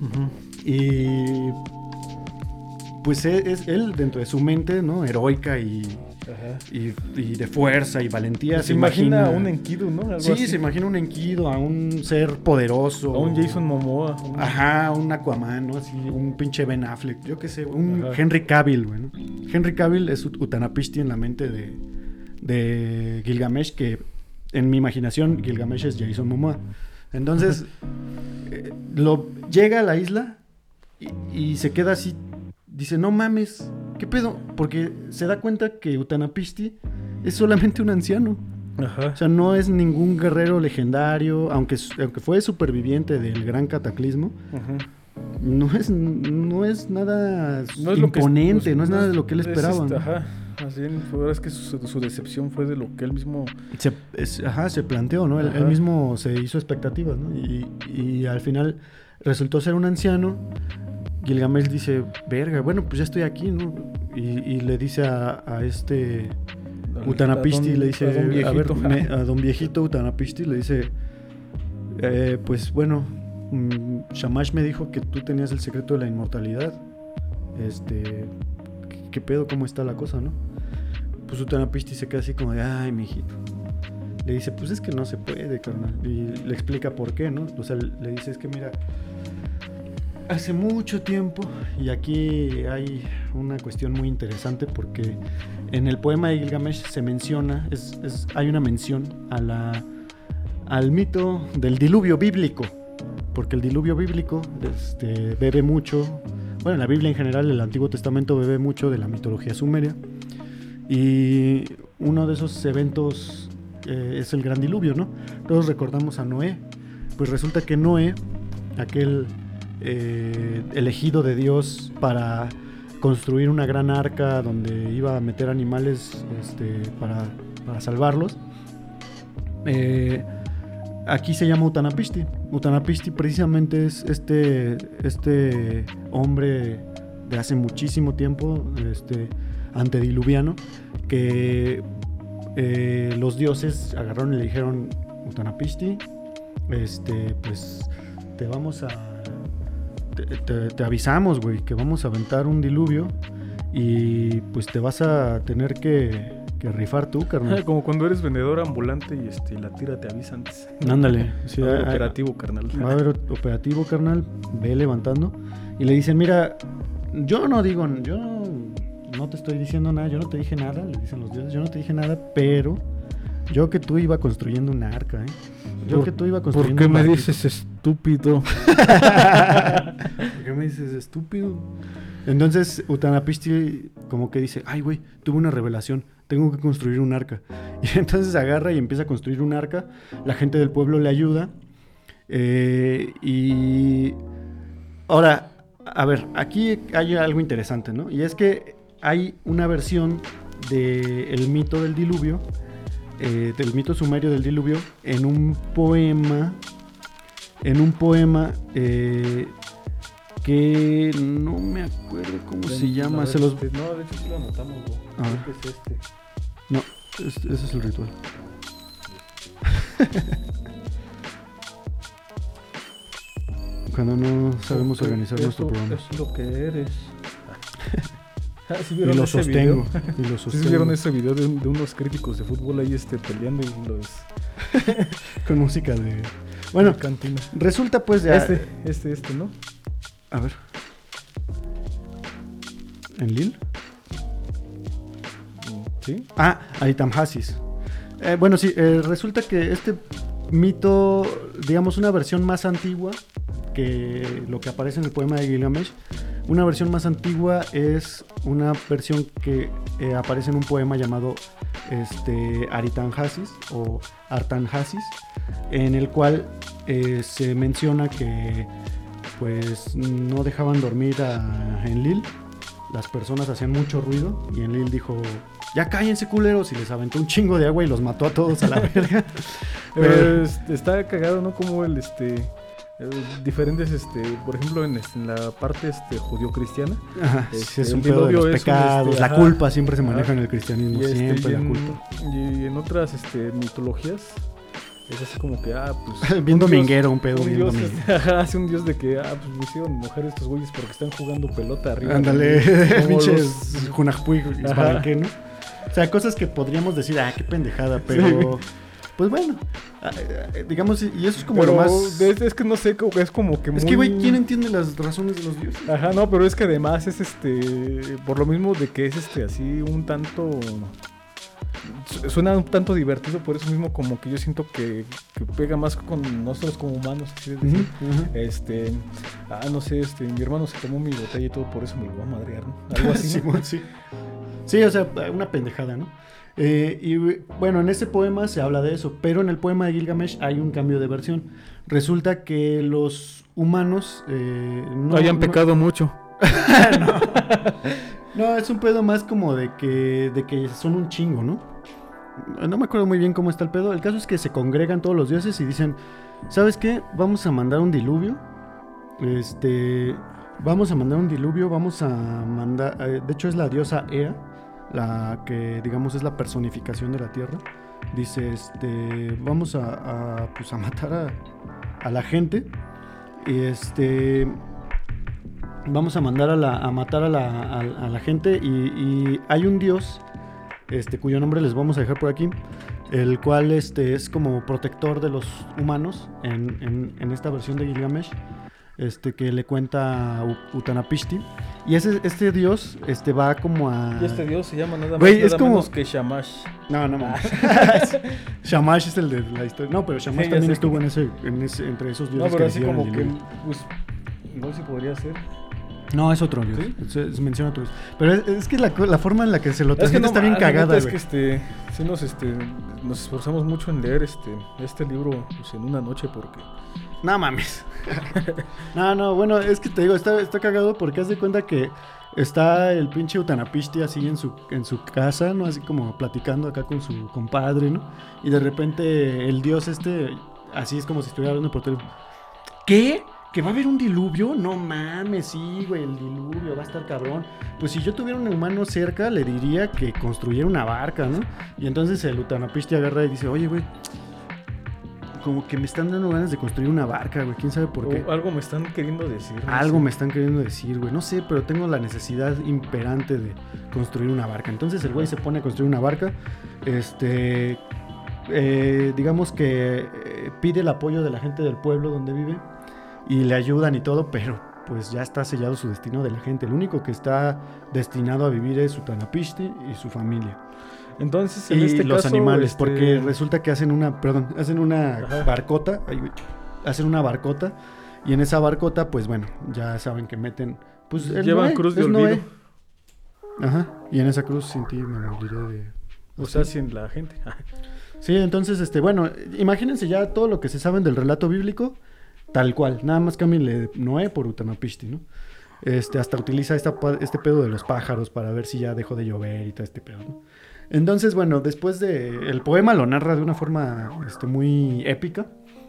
y pues es él, dentro de su mente, ¿no? Heroica y de fuerza y valentía. Se imagina a un Enkidu, ¿no? Algo así. Se imagina un Enkidu, a un ser poderoso. A un Jason Momoa. Un Aquaman, ¿no? Así, un pinche Ben Affleck, yo qué sé, un Henry Cavill, güey, ¿no? Henry Cavill es Utanapishti en la mente de Gilgamesh, que en mi imaginación Gilgamesh es Jason Momoa. Entonces, llega a la isla y se queda así. Dice: no mames, ¿qué pedo? Porque se da cuenta que Utanapishti es solamente un anciano. Ajá. O sea, no es ningún guerrero legendario, aunque fue superviviente del gran cataclismo. Ajá. No es nada imponente, no es nada de lo que él esperaba. Ajá. Así, la verdad es que su decepción fue de lo que él mismo se planteó, ¿no? Él mismo se hizo expectativas, ¿no? Y al final resultó ser un anciano. Gilgamesh dice: verga, bueno, pues ya estoy aquí, ¿no? Y le dice a Utanapishti, le dice: a don viejito Utanapishti, le dice: pues bueno, Shamash me dijo que tú tenías el secreto de la inmortalidad. ¿Qué pedo? ¿Cómo está la cosa, no? Pues Utanapishti se queda así como de: ay, mijito. Le dice: pues es que no se puede, carnal. Y le explica por qué, ¿no? O sea, le dice: es que mira, hace mucho tiempo, y aquí hay una cuestión muy interesante, porque en el poema de Gilgamesh se menciona, hay una mención al mito del diluvio bíblico, porque el diluvio bíblico bebe mucho, bueno, la Biblia en general, el Antiguo Testamento bebe mucho de la mitología sumeria, y uno de esos eventos es el gran diluvio, ¿no? Todos recordamos a Noé. Pues resulta que Noé, aquel elegido de Dios para construir una gran arca donde iba a meter animales para salvarlos, aquí se llama Utanapishti. Utanapishti precisamente es este hombre de hace muchísimo tiempo, antediluviano, que los dioses agarraron y le dijeron: Utanapishti, pues te vamos a... Te avisamos, güey, que vamos a aventar un diluvio y pues te vas a tener que rifar tú, carnal. Como cuando eres vendedor ambulante y la tira te avisa antes. Ándale. Sí, va a haber operativo, carnal. Va a haber operativo, carnal. Ve levantando. Y le dicen: mira, yo no te estoy diciendo nada, yo no te dije nada, le dicen los dioses, yo no te dije nada, pero yo que tú iba construyendo una arca, ¿Por qué me dices estúpido? ¿Por qué me dices estúpido? Entonces Utanapishti como que dice: ay, güey, tuve una revelación, tengo que construir un arca. Y entonces agarra y empieza a construir un arca. La gente del pueblo le ayuda. Y ahora, a ver, aquí hay algo interesante, ¿no? Y es que hay una versión del mito del diluvio, del mito sumerio del diluvio, en un poema que no me acuerdo cómo se llama. No, de hecho sí lo anotamos, ¿no? Creo que es No, ese es el ritual. Cuando no sabemos organizar nuestro programa. Es lo que eres. Y lo sostengo. ¿Sí vieron ese video de unos críticos de fútbol ahí peleando y los... con música de... Bueno, cantina. Resulta pues ya... ¿no? A ver. ¿En Lille? ¿Sí? Aritamhasis. Bueno, sí, resulta que este mito, digamos, una versión más antigua que lo que aparece en el poema de Gilgamesh. Una versión más antigua es una versión que aparece en un poema llamado Aritamhasis o Artanhasis, en el cual se menciona que pues no dejaban dormir a Enlil. Las personas hacían mucho ruido y Enlil dijo: ya cállense, culeros, y les aventó un chingo de agua y los mató a todos a la verga. Pero está cagado, ¿no? Como diferentes, por ejemplo, en la parte judío-cristiana. Es un pedo de los pecados, la culpa siempre se maneja en el cristianismo, siempre la culpa. Y en otras mitologías es así como que, pues... bien dominguero, un pedo bien dominguero. Hace un dios de que, pues me hicieron mujer estos güeyes porque están jugando pelota arriba. Ándale, pinches Junajpuy, ¿qué, no? O sea, cosas que podríamos decir, qué pendejada, pero... Sí. Pues bueno, digamos, y eso es como pero lo más... Es que no sé, es como que es muy... que, güey, ¿quién entiende las razones de los dioses? Ajá, no, pero es que además es por lo mismo de que es así un tanto... Suena un tanto divertido, por eso mismo como que yo siento que pega más con nosotros como humanos, así de decir, no sé, mi hermano se tomó mi botella y todo, por eso me lo voy a madrear, ¿no? Algo así, ¿no? Sí, o sea, una pendejada, ¿no? Y bueno, en ese poema se habla de eso, pero en el poema de Gilgamesh hay un cambio de versión. Resulta que los humanos no hayan pecado mucho. No, es un pedo más como de que son un chingo, ¿no? No me acuerdo muy bien cómo está el pedo. El caso es que se congregan todos los dioses y dicen: ¿sabes qué? Vamos a mandar un diluvio. Vamos a mandar un diluvio, vamos a mandar... de hecho es la diosa Ea, la que digamos es la personificación de la tierra. Dice, vamos a matar a la gente. Y vamos a mandar a matar a la gente. Y hay un dios cuyo nombre les vamos a dejar por aquí, el cual es como protector de los humanos en esta versión de Gilgamesh, que le cuenta Utanapishti. Y este dios va como a... Y este dios se llama nada más, Güey, nada menos que Shamash. No. Shamash es el de la historia. No, pero Shamash Sí, también sé estuvo entre esos dioses. No, pero que así hicieron como el que, diluvio. pues, igual sí podría ser. No, es otro dios. ¿Sí? Se menciona otro dios. Pero es que la forma en la que se lo transmite está bien la cagada, neta güey. Es que sí nos esforzamos mucho en leer este libro pues, en una noche porque... No mames. No, bueno, es que te digo, está cagado porque haz de cuenta que está el pinche Utanapishti así en su casa, ¿no? Así como platicando acá con su compadre, ¿no? Y de repente el dios así es como si estuviera hablando por teléfono. ¿Qué? ¿Que va a haber un diluvio? No mames, sí, güey, el diluvio va a estar cabrón. Pues si yo tuviera un humano cerca, le diría que construyera una barca, ¿no? Y entonces el Utanapishti agarra y dice, oye, güey, como que me están dando ganas de construir una barca, güey, quién sabe por qué. Algo me están queriendo decir. Algo me están queriendo decir, güey, no sé, pero tengo la necesidad imperante de construir una barca. Entonces el güey se pone a construir una barca, digamos que pide el apoyo de la gente del pueblo donde vive y le ayudan y todo, pero pues ya está sellado su destino de la gente. El único que está destinado a vivir es Utanapishti y su familia. Entonces, en Y este los caso, animales, porque resulta que hacen una Ajá. barcota, hacen una barcota, y en esa barcota, pues bueno, ya saben que meten, pues llevan cruz de olvido. Ajá, y en esa cruz sin ti me moriré de... O sea, sin la gente. Sí, entonces, bueno, imagínense ya todo lo que se saben del relato bíblico, tal cual, nada más cámbienle Noé por Utanapishti, ¿no? Hasta utiliza este pedo de los pájaros para ver si ya dejó de llover y todo este pedo, ¿no? Entonces, bueno, después el poema lo narra de una forma muy épica,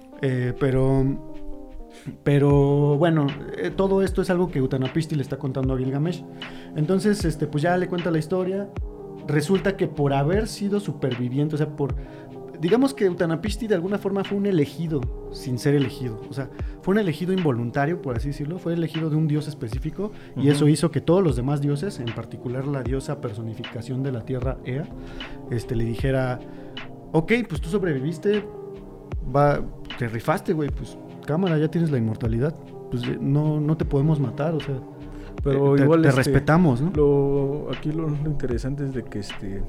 pero bueno, todo esto es algo que Utanapishti le está contando a Gilgamesh. Entonces, pues ya le cuenta la historia. Resulta que por haber sido superviviente, o sea, digamos que Utanapishti de alguna forma fue un elegido sin ser elegido. O sea, fue un elegido involuntario, por así decirlo. Fue elegido de un dios específico. Y eso hizo que todos los demás dioses, en particular la diosa personificación de la tierra, Ea, le dijera, ok, pues tú sobreviviste, te rifaste, güey, pues cámara, ya tienes la inmortalidad. Pues no te podemos matar, o sea, pero igual te respetamos, ¿no? Aquí lo interesante es de que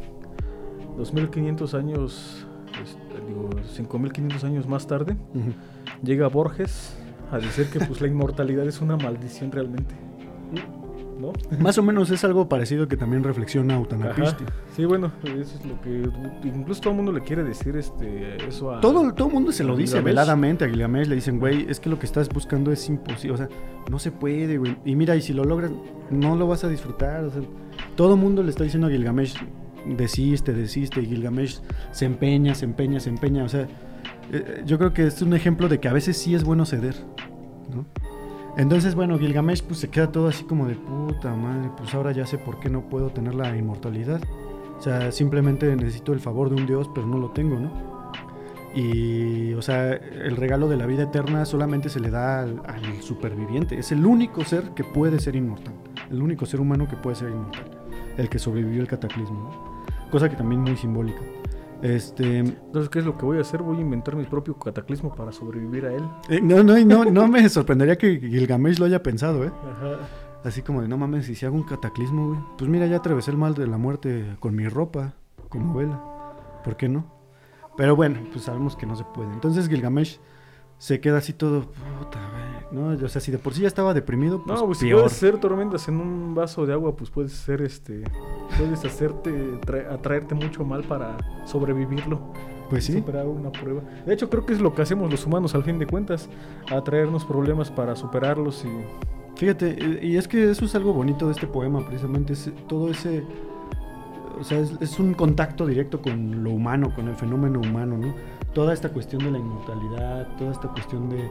2500 años... 5500 años más tarde, llega Borges a decir que pues la inmortalidad es una maldición realmente, ¿no? Más o menos es algo parecido que también reflexiona Utanapishti. Sí, bueno, eso es lo que incluso todo el mundo le quiere decir eso a... Todo el mundo se lo dice Gilgamesh. veladamente a Gilgamesh, le dicen, güey, es que lo que estás buscando es imposible, o sea, no se puede, güey. Y mira, y si lo logras, no lo vas a disfrutar, o sea, todo el mundo le está diciendo a Gilgamesh, desiste, y Gilgamesh se empeña, o sea, yo creo que es un ejemplo de que a veces sí es bueno ceder, ¿no? Entonces, bueno, Gilgamesh pues se queda todo así como de puta madre, pues ahora ya sé por qué no puedo tener la inmortalidad, o sea, simplemente necesito el favor de un dios, pero no lo tengo, ¿no? Y, o sea, el regalo de la vida eterna solamente se le da al superviviente, es el único ser que puede ser inmortal, el único ser humano que puede ser inmortal, el que sobrevivió el cataclismo, ¿no? Cosa que también muy simbólica. Entonces, ¿qué es lo que voy a hacer? Voy a inventar mi propio cataclismo para sobrevivir a él. No me sorprendería que Gilgamesh lo haya pensado, ¿eh? Ajá. Así como de, no mames, si hago un cataclismo, güey, pues mira, ya atravesé el mal de la muerte con mi ropa, como vela. ¿Por qué no? Pero bueno, pues sabemos que no se puede. Entonces Gilgamesh se queda así todo, puta, güey, ¿no? O sea, si de por sí ya estaba deprimido, pues no, pues peor. si puedes hacer tormentas en un vaso de agua, pues puedes hacer puedes atraerte mucho mal para sobrevivirlo. Pues sí. Superar una prueba. De hecho, creo que es lo que hacemos los humanos al fin de cuentas, atraernos problemas para superarlos y... Fíjate, y es que eso es algo bonito de este poema, precisamente, todo ese... O sea, es un contacto directo con lo humano, con el fenómeno humano, ¿no? Toda esta cuestión de la inmortalidad, toda esta cuestión de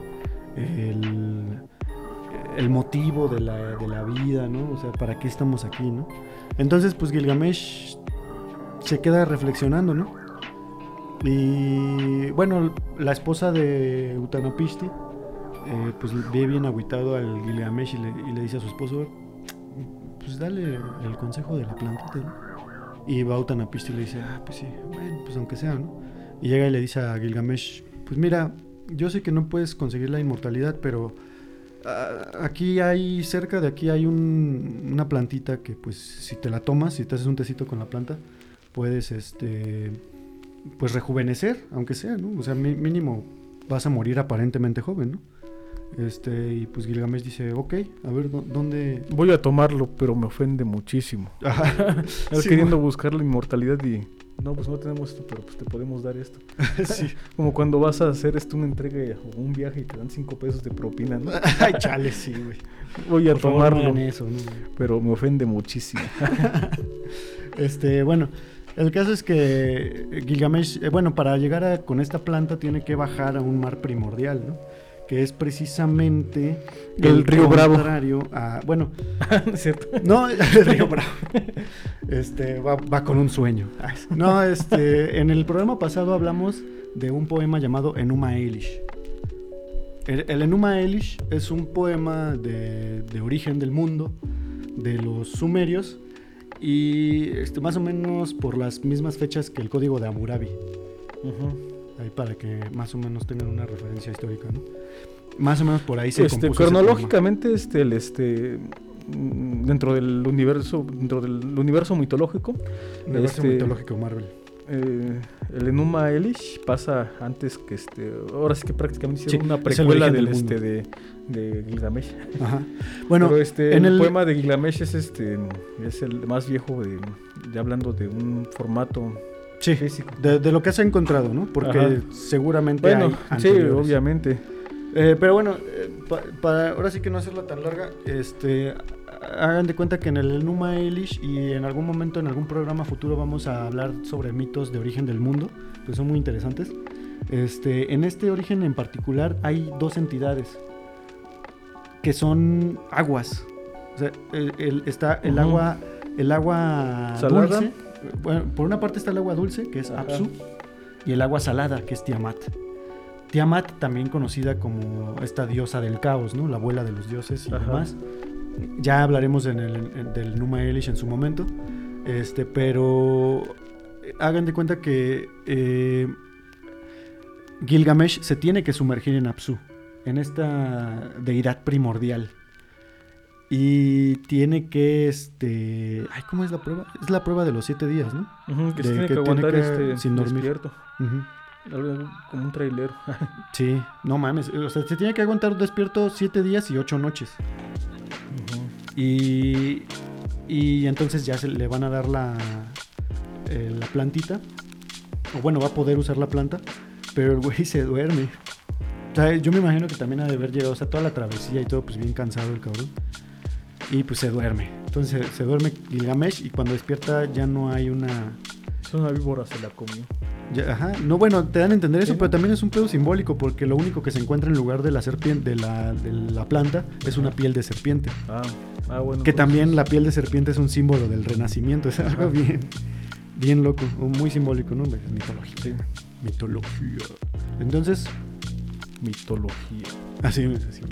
el motivo de la vida, ¿no? O sea, ¿para qué estamos aquí, no? Entonces, pues Gilgamesh se queda reflexionando, ¿no? Y bueno, la esposa de Utanapishti pues ve bien agüitado al Gilgamesh y le dice a su esposo, pues dale el consejo de la plantita, ¿no? Y va Utanapishti y le dice, pues sí, bueno, pues aunque sea, ¿no? Y llega y le dice a Gilgamesh, pues mira, yo sé que no puedes conseguir la inmortalidad, pero aquí hay, cerca de aquí hay una plantita que pues si te la tomas, si te haces un tecito con la planta, puedes pues rejuvenecer, aunque sea, ¿no? O sea, mínimo vas a morir aparentemente joven, ¿no? Y pues Gilgamesh dice, ok, a ver, ¿dónde...? Voy a tomarlo, pero me ofende muchísimo. Ajá. Sí, queriendo buscar la inmortalidad y... No, pues no tenemos esto, pero pues te podemos dar esto. Sí. Como cuando vas a hacer una entrega o un viaje y te dan 5 pesos de propina, ¿no? Ay, chale, sí, güey. Voy a tomarlo, favor, no eso, ¿no? Pero me ofende muchísimo. Bueno, el caso es que Gilgamesh, para llegar con esta planta tiene que bajar a un mar primordial, ¿no? Que es precisamente el río Bravo. Bueno, ¿No es cierto? No, el río Bravo. Va con un sueño. No, en el programa pasado hablamos de un poema llamado Enuma Elish. El Enuma Elish es un poema de origen del mundo, de los sumerios, y más o menos por las mismas fechas que el código de Hammurabi. Ahí para que más o menos tengan una referencia histórica, ¿no? Más o menos por ahí se compuso cronológicamente dentro del universo mitológico, mitológico Marvel. El Enuma Elish pasa antes que ahora sí que prácticamente hicieron una precuela de Gilgamesh. Ajá. Bueno, pero en el poema de Gilgamesh es el más viejo ya hablando de un formato físico. De lo que se ha encontrado, ¿no? Porque seguramente hay anteriores. Sí, obviamente. Pero bueno, para ahora sí que no hacerla tan larga, hagan de cuenta que en el Enuma Elish y en algún momento, en algún programa futuro, vamos a hablar sobre mitos de origen del mundo, que son muy interesantes. En este origen en particular hay 2 entidades que son aguas. O sea, está el agua ¿salada? Dulce. Bueno, por una parte está el agua dulce, que es Apsu, y el agua salada, que es Tiamat. Tiamat, también conocida como esta diosa del caos, ¿no? La abuela de los dioses y demás. Ya hablaremos del Enuma Elish en su momento. Pero hagan de cuenta que Gilgamesh se tiene que sumergir en Apsu, en esta deidad primordial. Y tiene que, ¿cómo es la prueba? Es la prueba de los 7 días, ¿no? Que se tiene que aguantar sin dormir. Despierto. Algo como un trailero. Sí, no mames. O sea, se tiene que aguantar despierto 7 días y 8 noches. Y entonces ya le van a dar la plantita. O bueno, va a poder usar la planta. Pero el güey se duerme. O sea, yo me imagino que también ha de haber llegado, o sea, toda la travesía y todo, pues bien cansado el cabrón. Y pues se duerme. Entonces se duerme Gilgamesh y cuando despierta ya no hay una... Es una víbora, se la comió. Ajá. No, bueno, te dan a entender eso, pero también es un pedo simbólico porque lo único que se encuentra en lugar de la serpiente, de la planta, es una piel de serpiente. Bueno. Que también la piel de serpiente es un símbolo del renacimiento. Es algo bien loco, muy simbólico, ¿no? Mitología. Sí. Mitología. Entonces... Mitología. Así, mitología.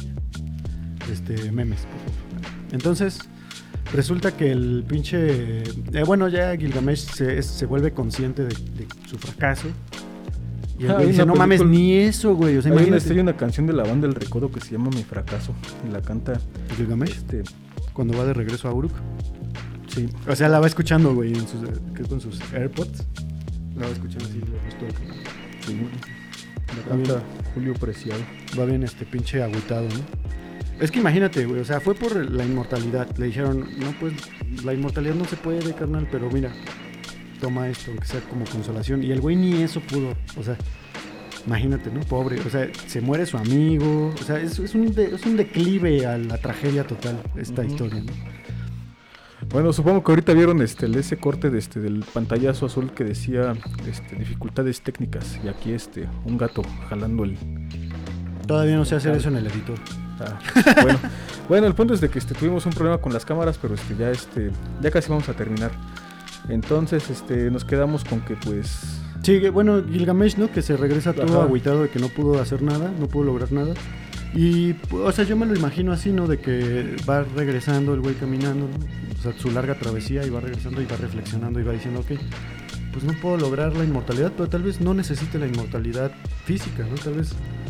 Memes, por favor. Entonces, resulta que el pinche... ya Gilgamesh se vuelve consciente de su fracaso. Y el güey dice, no mames, ni eso, güey. O sea, hay una canción de la banda El Recodo que se llama Mi Fracaso. Y la canta... Gilgamesh. Cuando va de regreso a Uruk. Sí. O sea, la va escuchando, güey, con sus AirPods. La va escuchando así, justo. Sí. La canta Julio Preciado. Va bien pinche agüitado, ¿no? Es que imagínate, güey, o sea, fue por la inmortalidad. Le dijeron, no, pues, la inmortalidad no se puede, carnal, pero mira, toma esto, aunque sea como consolación. Y el güey ni eso pudo, o sea, imagínate, ¿no? Pobre, o sea, se muere su amigo, o sea, es un declive a la tragedia total, esta historia, ¿no? Bueno, supongo que ahorita vieron ese corte del pantallazo azul que decía dificultades técnicas, y aquí un gato jalando el... Todavía no sé hacer eso en el editor. Bueno, el punto es de que tuvimos un problema con las cámaras, pero ya casi vamos a terminar. Entonces, nos quedamos con que pues... Sí, bueno, Gilgamesh, ¿no? Que se regresa todo agüitado de que no pudo hacer nada, no pudo lograr nada. Y, o sea, yo me lo imagino así, ¿no? De que va regresando el güey caminando, ¿no? O sea, su larga travesía, y va regresando y va reflexionando y va diciendo, ok, pues no puedo lograr la inmortalidad, pero tal vez no necesite la inmortalidad física, ¿no? Tal vez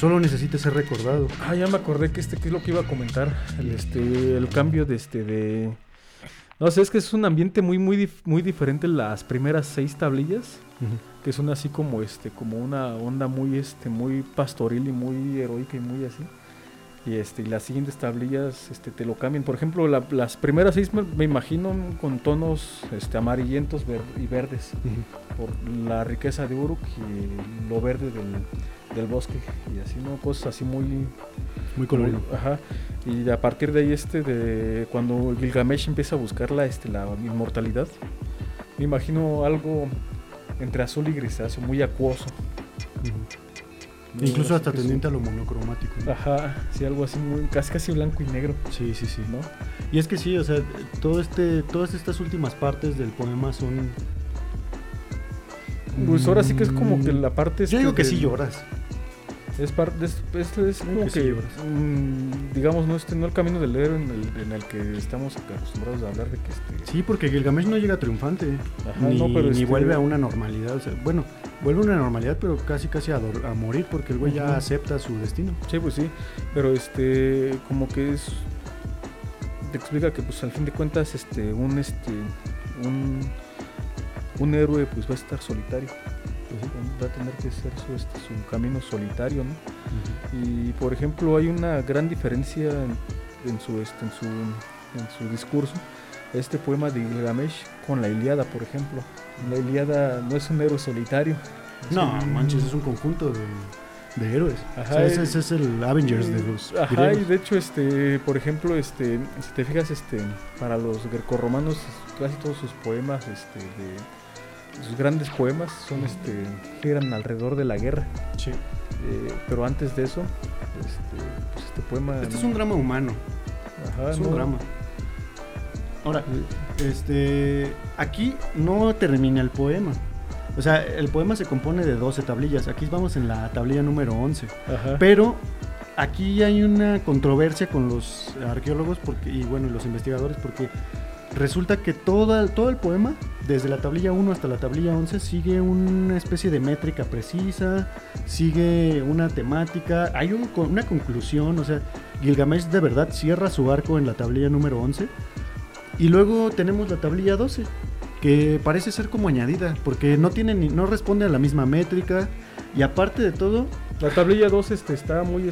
Solo necesita ser recordado. Ya me acordé que qué es lo que iba a comentar. El cambio de... No sé, es que es un ambiente muy diferente las primeras 6 tablillas, que son así como como una onda muy pastoril y muy heroica y muy así. Y las siguientes tablillas te lo cambian. Por ejemplo, las primeras 6 me imagino con tonos amarillentos y verdes, por la riqueza de Uruk y lo verde del bosque y así, ¿no? Cosas así muy colorido. Ajá. Y a partir de ahí de cuando Gilgamesh empieza a buscar la inmortalidad, me imagino algo entre azul y grisáceo, muy acuoso. Incluso hasta tendiente a lo monocromático, ¿no? Ajá, sí, algo así muy casi blanco y negro. Sí, ¿no? Y es que sí, o sea, todas estas últimas partes del poema son... Pues ahora sí que es como que la parte... Yo digo que sí lloras. Es como que digamos, no el camino del héroe en el que estamos acostumbrados a hablar de que Sí, porque Gilgamesh no llega triunfante. Ajá, ni vuelve a una normalidad. O sea, bueno, vuelve a una normalidad, pero casi a morir, porque el güey ya acepta su destino. Sí, pues sí. Pero como que te explica que pues al fin de cuentas un héroe pues va a estar solitario. Va a tener que ser su camino solitario, ¿no? Y por ejemplo hay una gran diferencia en su discurso, este poema de Gilgamesh con la Ilíada, por ejemplo. La Ilíada no es un héroe solitario. No, manches, es un conjunto de héroes. Ajá, o sea, ese es el Avengers de los Ajá, griegos. Y de hecho, por ejemplo, si te fijas, para los grecorromanos, casi todos sus poemas, sus grandes poemas giran alrededor de la guerra. Sí. Pero antes de eso, este poema... Este es un drama humano. Ajá, es un drama. Ahora, aquí no termina el poema. O sea, el poema se compone de 12 tablillas. Aquí vamos en la tablilla número 11. Ajá. Pero aquí hay una controversia con los arqueólogos y los investigadores, porque resulta que todo el poema, desde la tablilla 1 hasta la tablilla 11, sigue una especie de métrica precisa, sigue una temática, hay una conclusión. O sea, Gilgamesh de verdad cierra su arco en la tablilla número 11, y luego tenemos la tablilla 12, que parece ser como añadida, porque no responde a la misma métrica, y aparte de todo... La tablilla 2 está muy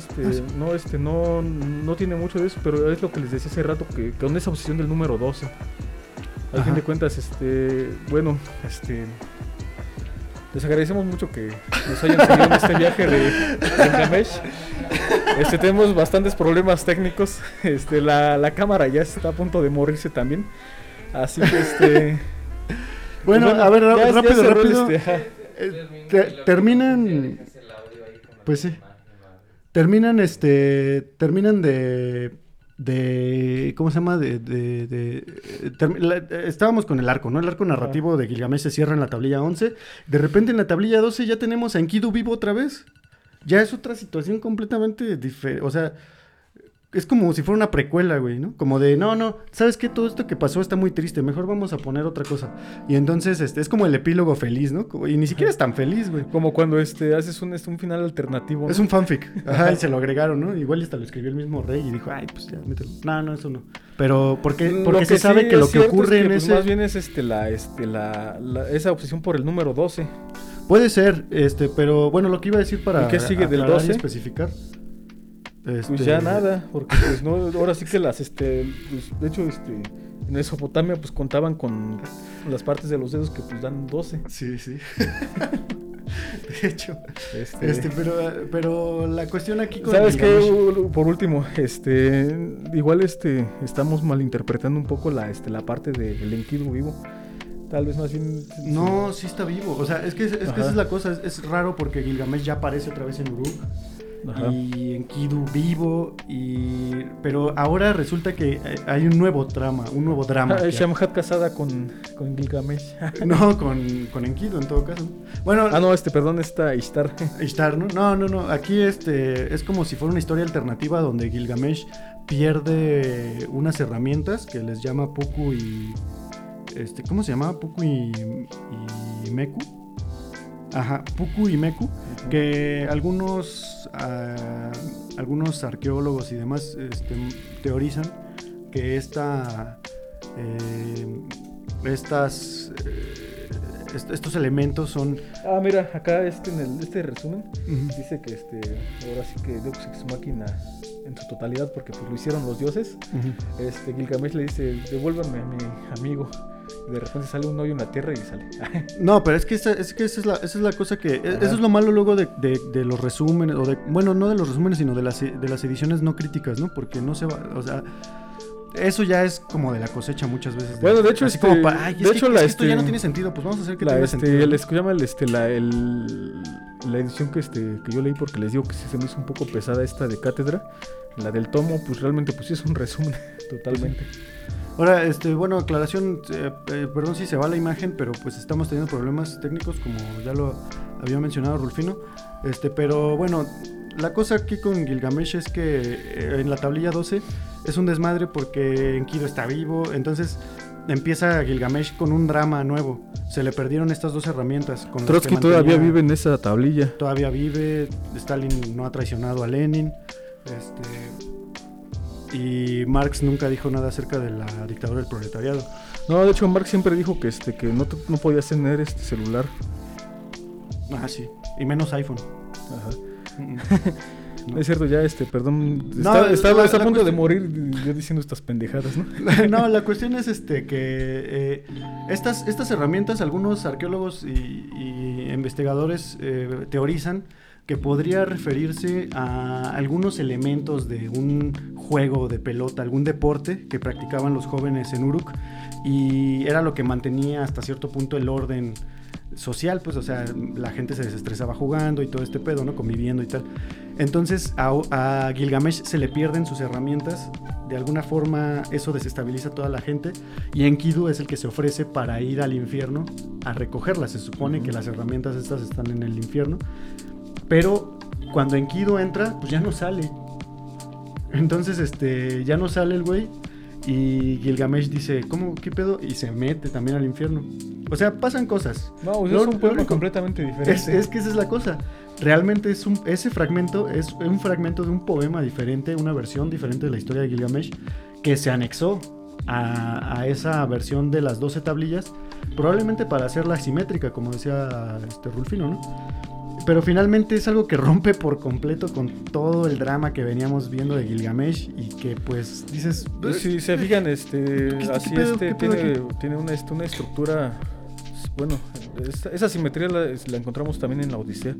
no tiene mucho de eso, pero es lo que les decía hace rato, que con esa obsesión del número 12. Al fin de cuentas, les agradecemos mucho que nos hayan seguido en este viaje de Gilgamesh. Tenemos bastantes problemas técnicos. La cámara ya está a punto de morirse también. Así que bueno, a ver, rápido. Terminan... Pues sí. Terminan de ¿cómo se llama? Estábamos con el arco, ¿no? El arco narrativo de Gilgamesh se cierra en la tablilla 11. De repente en la tablilla 12 ya tenemos a Enkidu vivo otra vez. Ya es otra situación completamente diferente. O sea, es como si fuera una precuela, güey, ¿no? Como de, no, ¿sabes qué? Todo esto que pasó está muy triste, mejor vamos a poner otra cosa. Y entonces, es como el epílogo feliz, ¿no? Y ni siquiera es tan feliz, güey. Como cuando haces un final alternativo, ¿no? Es un fanfic. Ajá, y se lo agregaron, ¿no? Igual hasta lo escribió el mismo rey y dijo, ay, pues ya, mételo. No, eso no. Pero, porque se sabe que lo que ocurre en ese... Más bien es esa obsesión por el número 12. Puede ser, pero bueno, lo que iba a decir para... ¿Y qué sigue del 12? Especificar... Pues ya nada, porque pues no, ahora sí que pues, de hecho en Mesopotamia pues contaban con las partes de los dedos que pues dan 12. Sí. De hecho, pero la cuestión aquí con ¿sabes qué? Por último, igual estamos malinterpretando un poco la parte del Enkidu vivo. Tal vez más bien... No, sí está vivo. O sea, es que esa es la cosa. Es raro porque Gilgamesh ya aparece otra vez en Uruk. Ajá. Y Enkidu vivo, pero ahora resulta que hay un nuevo drama. Shamhat casada con Gilgamesh. No, con Enkidu en todo caso. Bueno, no, perdón, está Ishtar. Ishtar, ¿no? No, aquí es como si fuera una historia alternativa donde Gilgamesh pierde unas herramientas que les llama Puku y... ¿cómo se llama? Puku y Meku. Ajá, Puku y Meku, que algunos arqueólogos y demás teorizan que estos elementos son... Mira, acá en este resumen dice que ahora sí que Deus Ex Machina en su totalidad, porque pues lo hicieron los dioses. Gilgamesh le dice, devuélvanme a mi amigo. Y de repente sale un hoyo en la tierra y sale. No, pero es que esa es la cosa que... Eso es lo malo luego de los resúmenes, bueno, no de los resúmenes, sino de las ediciones no críticas, ¿no? Porque no se va... O sea, eso ya es como de la cosecha muchas veces. Bueno, de hecho, esto ya no tiene sentido, pues vamos a hacer que tenga sentido. La edición que yo leí, porque les digo que sí se me hizo un poco pesada esta de cátedra. La del tomo, pues realmente pues sí es un resumen totalmente. Ahora, bueno, aclaración, perdón si se va la imagen, pero pues estamos teniendo problemas técnicos, como ya lo había mencionado Rulfino. Pero bueno, la cosa aquí con Gilgamesh es que en la tablilla 12 es un desmadre porque Enkidu está vivo, entonces empieza Gilgamesh con un drama nuevo. Se le perdieron estas dos herramientas. Trotsky todavía vive en esa tablilla. Todavía vive, Stalin no ha traicionado a Lenin, y Marx nunca dijo nada acerca de la dictadura del proletariado. No, de hecho Marx siempre dijo que no podías tener celular. Ah, sí, y menos iPhone. Ajá. No. Es cierto, ya perdón, está a punto de morir yo diciendo estas pendejadas, ¿no? No, la cuestión es que estas herramientas, algunos arqueólogos y investigadores teorizan que podría referirse a algunos elementos de un juego de pelota, algún deporte que practicaban los jóvenes en Uruk, y era lo que mantenía hasta cierto punto el orden social, pues, o sea, la gente se desestresaba jugando y todo este pedo, ¿no? Conviviendo y tal. Entonces a Gilgamesh se le pierden sus herramientas, de alguna forma eso desestabiliza a toda la gente, y Enkidu es el que se ofrece para ir al infierno a recogerlas. Se supone que las herramientas estas están en el infierno, pero cuando Enkidu entra, pues ya no sale. Entonces ya no sale el güey, y Gilgamesh dice, ¿cómo? ¿Qué pedo? Y se mete también al infierno. O sea, pasan cosas. No, es un pueblo completamente diferente. Es que esa es la cosa. Realmente ese fragmento es un fragmento de un poema diferente, una versión diferente de la historia de Gilgamesh, que se anexó a esa versión de las 12 tablillas, probablemente para hacerla simétrica, como decía Rulfino, ¿no? Pero finalmente es algo que rompe por completo con todo el drama que veníamos viendo de Gilgamesh, y que pues dices... Si se fijan, tiene una estructura... Bueno, esa simetría la encontramos también en la Odisea.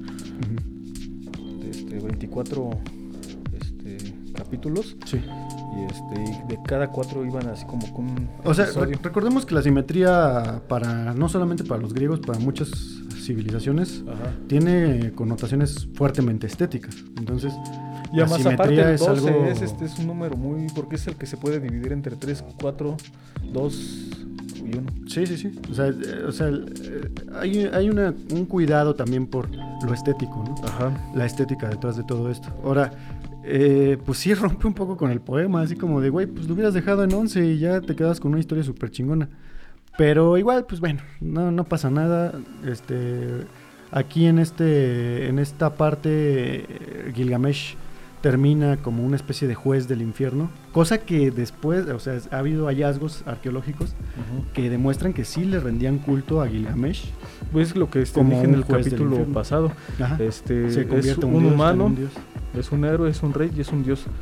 24 capítulos. Sí. Y de cada 4 iban así como con un... O sea, recordemos que la simetría, no solamente para los griegos, para muchas civilizaciones, tiene connotaciones fuertemente estéticas. Entonces, y además, aparte el 12 algo... es un número muy... porque es el que se puede dividir entre 3, 4, 2 y 1. Sí. O sea, hay un cuidado también por lo estético, ¿no? Ajá. La estética detrás de todo esto. Ahora, pues sí rompe un poco con el poema, así como de, güey, pues lo hubieras dejado en 11 y ya te quedas con una historia súper chingona. Pero igual, pues bueno, no pasa nada. Aquí en esta parte, Gilgamesh termina como una especie de juez del infierno, cosa que después, o sea, ha habido hallazgos arqueológicos que demuestran que sí le rendían culto a Gilgamesh. Pues lo que dije en el capítulo pasado. Se convierte es en un dios, humano, en un dios. Es un héroe, es un rey y es un dios.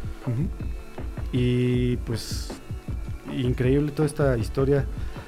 Y pues increíble toda esta historia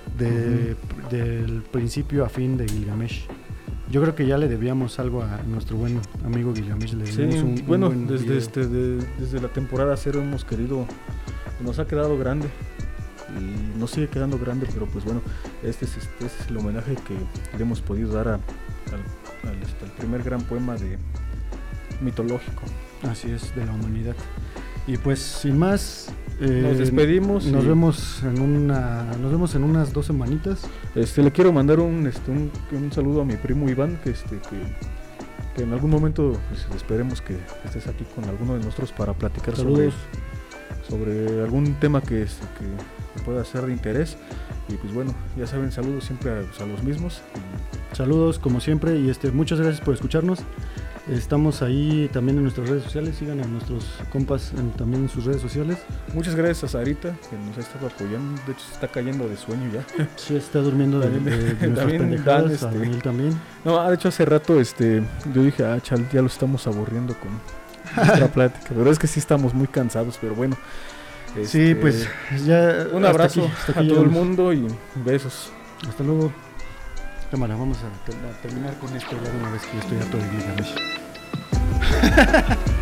del principio a fin de Gilgamesh. Yo creo que ya le debíamos algo a nuestro buen amigo Gilgamesh. Desde la temporada 0 hemos querido, nos ha quedado grande y nos sigue quedando grande, pero pues bueno, este es el homenaje que le hemos podido dar al primer gran poema mitológico. Así es, de la humanidad. Y pues sin más, nos despedimos. Nos vemos en unas 2 semanitas. Le quiero mandar un saludo a mi primo Iván, que en algún momento pues, esperemos que estés aquí con alguno de nosotros para platicar sobre algún tema que pueda ser de interés. Y pues bueno, ya saben, saludos siempre a los mismos. Saludos como siempre y muchas gracias por escucharnos. Estamos ahí también en nuestras redes sociales, sigan a nuestros compas también en sus redes sociales. Muchas gracias a Sarita que nos ha estado apoyando, de hecho se está cayendo de sueño ya. Sí, está durmiendo de nuestras pendejadas, a Daniel también. No, de hecho hace rato yo dije, chal, ya lo estamos aburriendo con nuestra plática, pero es que sí estamos muy cansados, pero bueno. Sí, pues ya un abrazo hasta aquí a todo el mundo y besos. Hasta luego. Cámara, vamos a terminar con esto ya de una vez que yo estoy harto de Gilgamesh.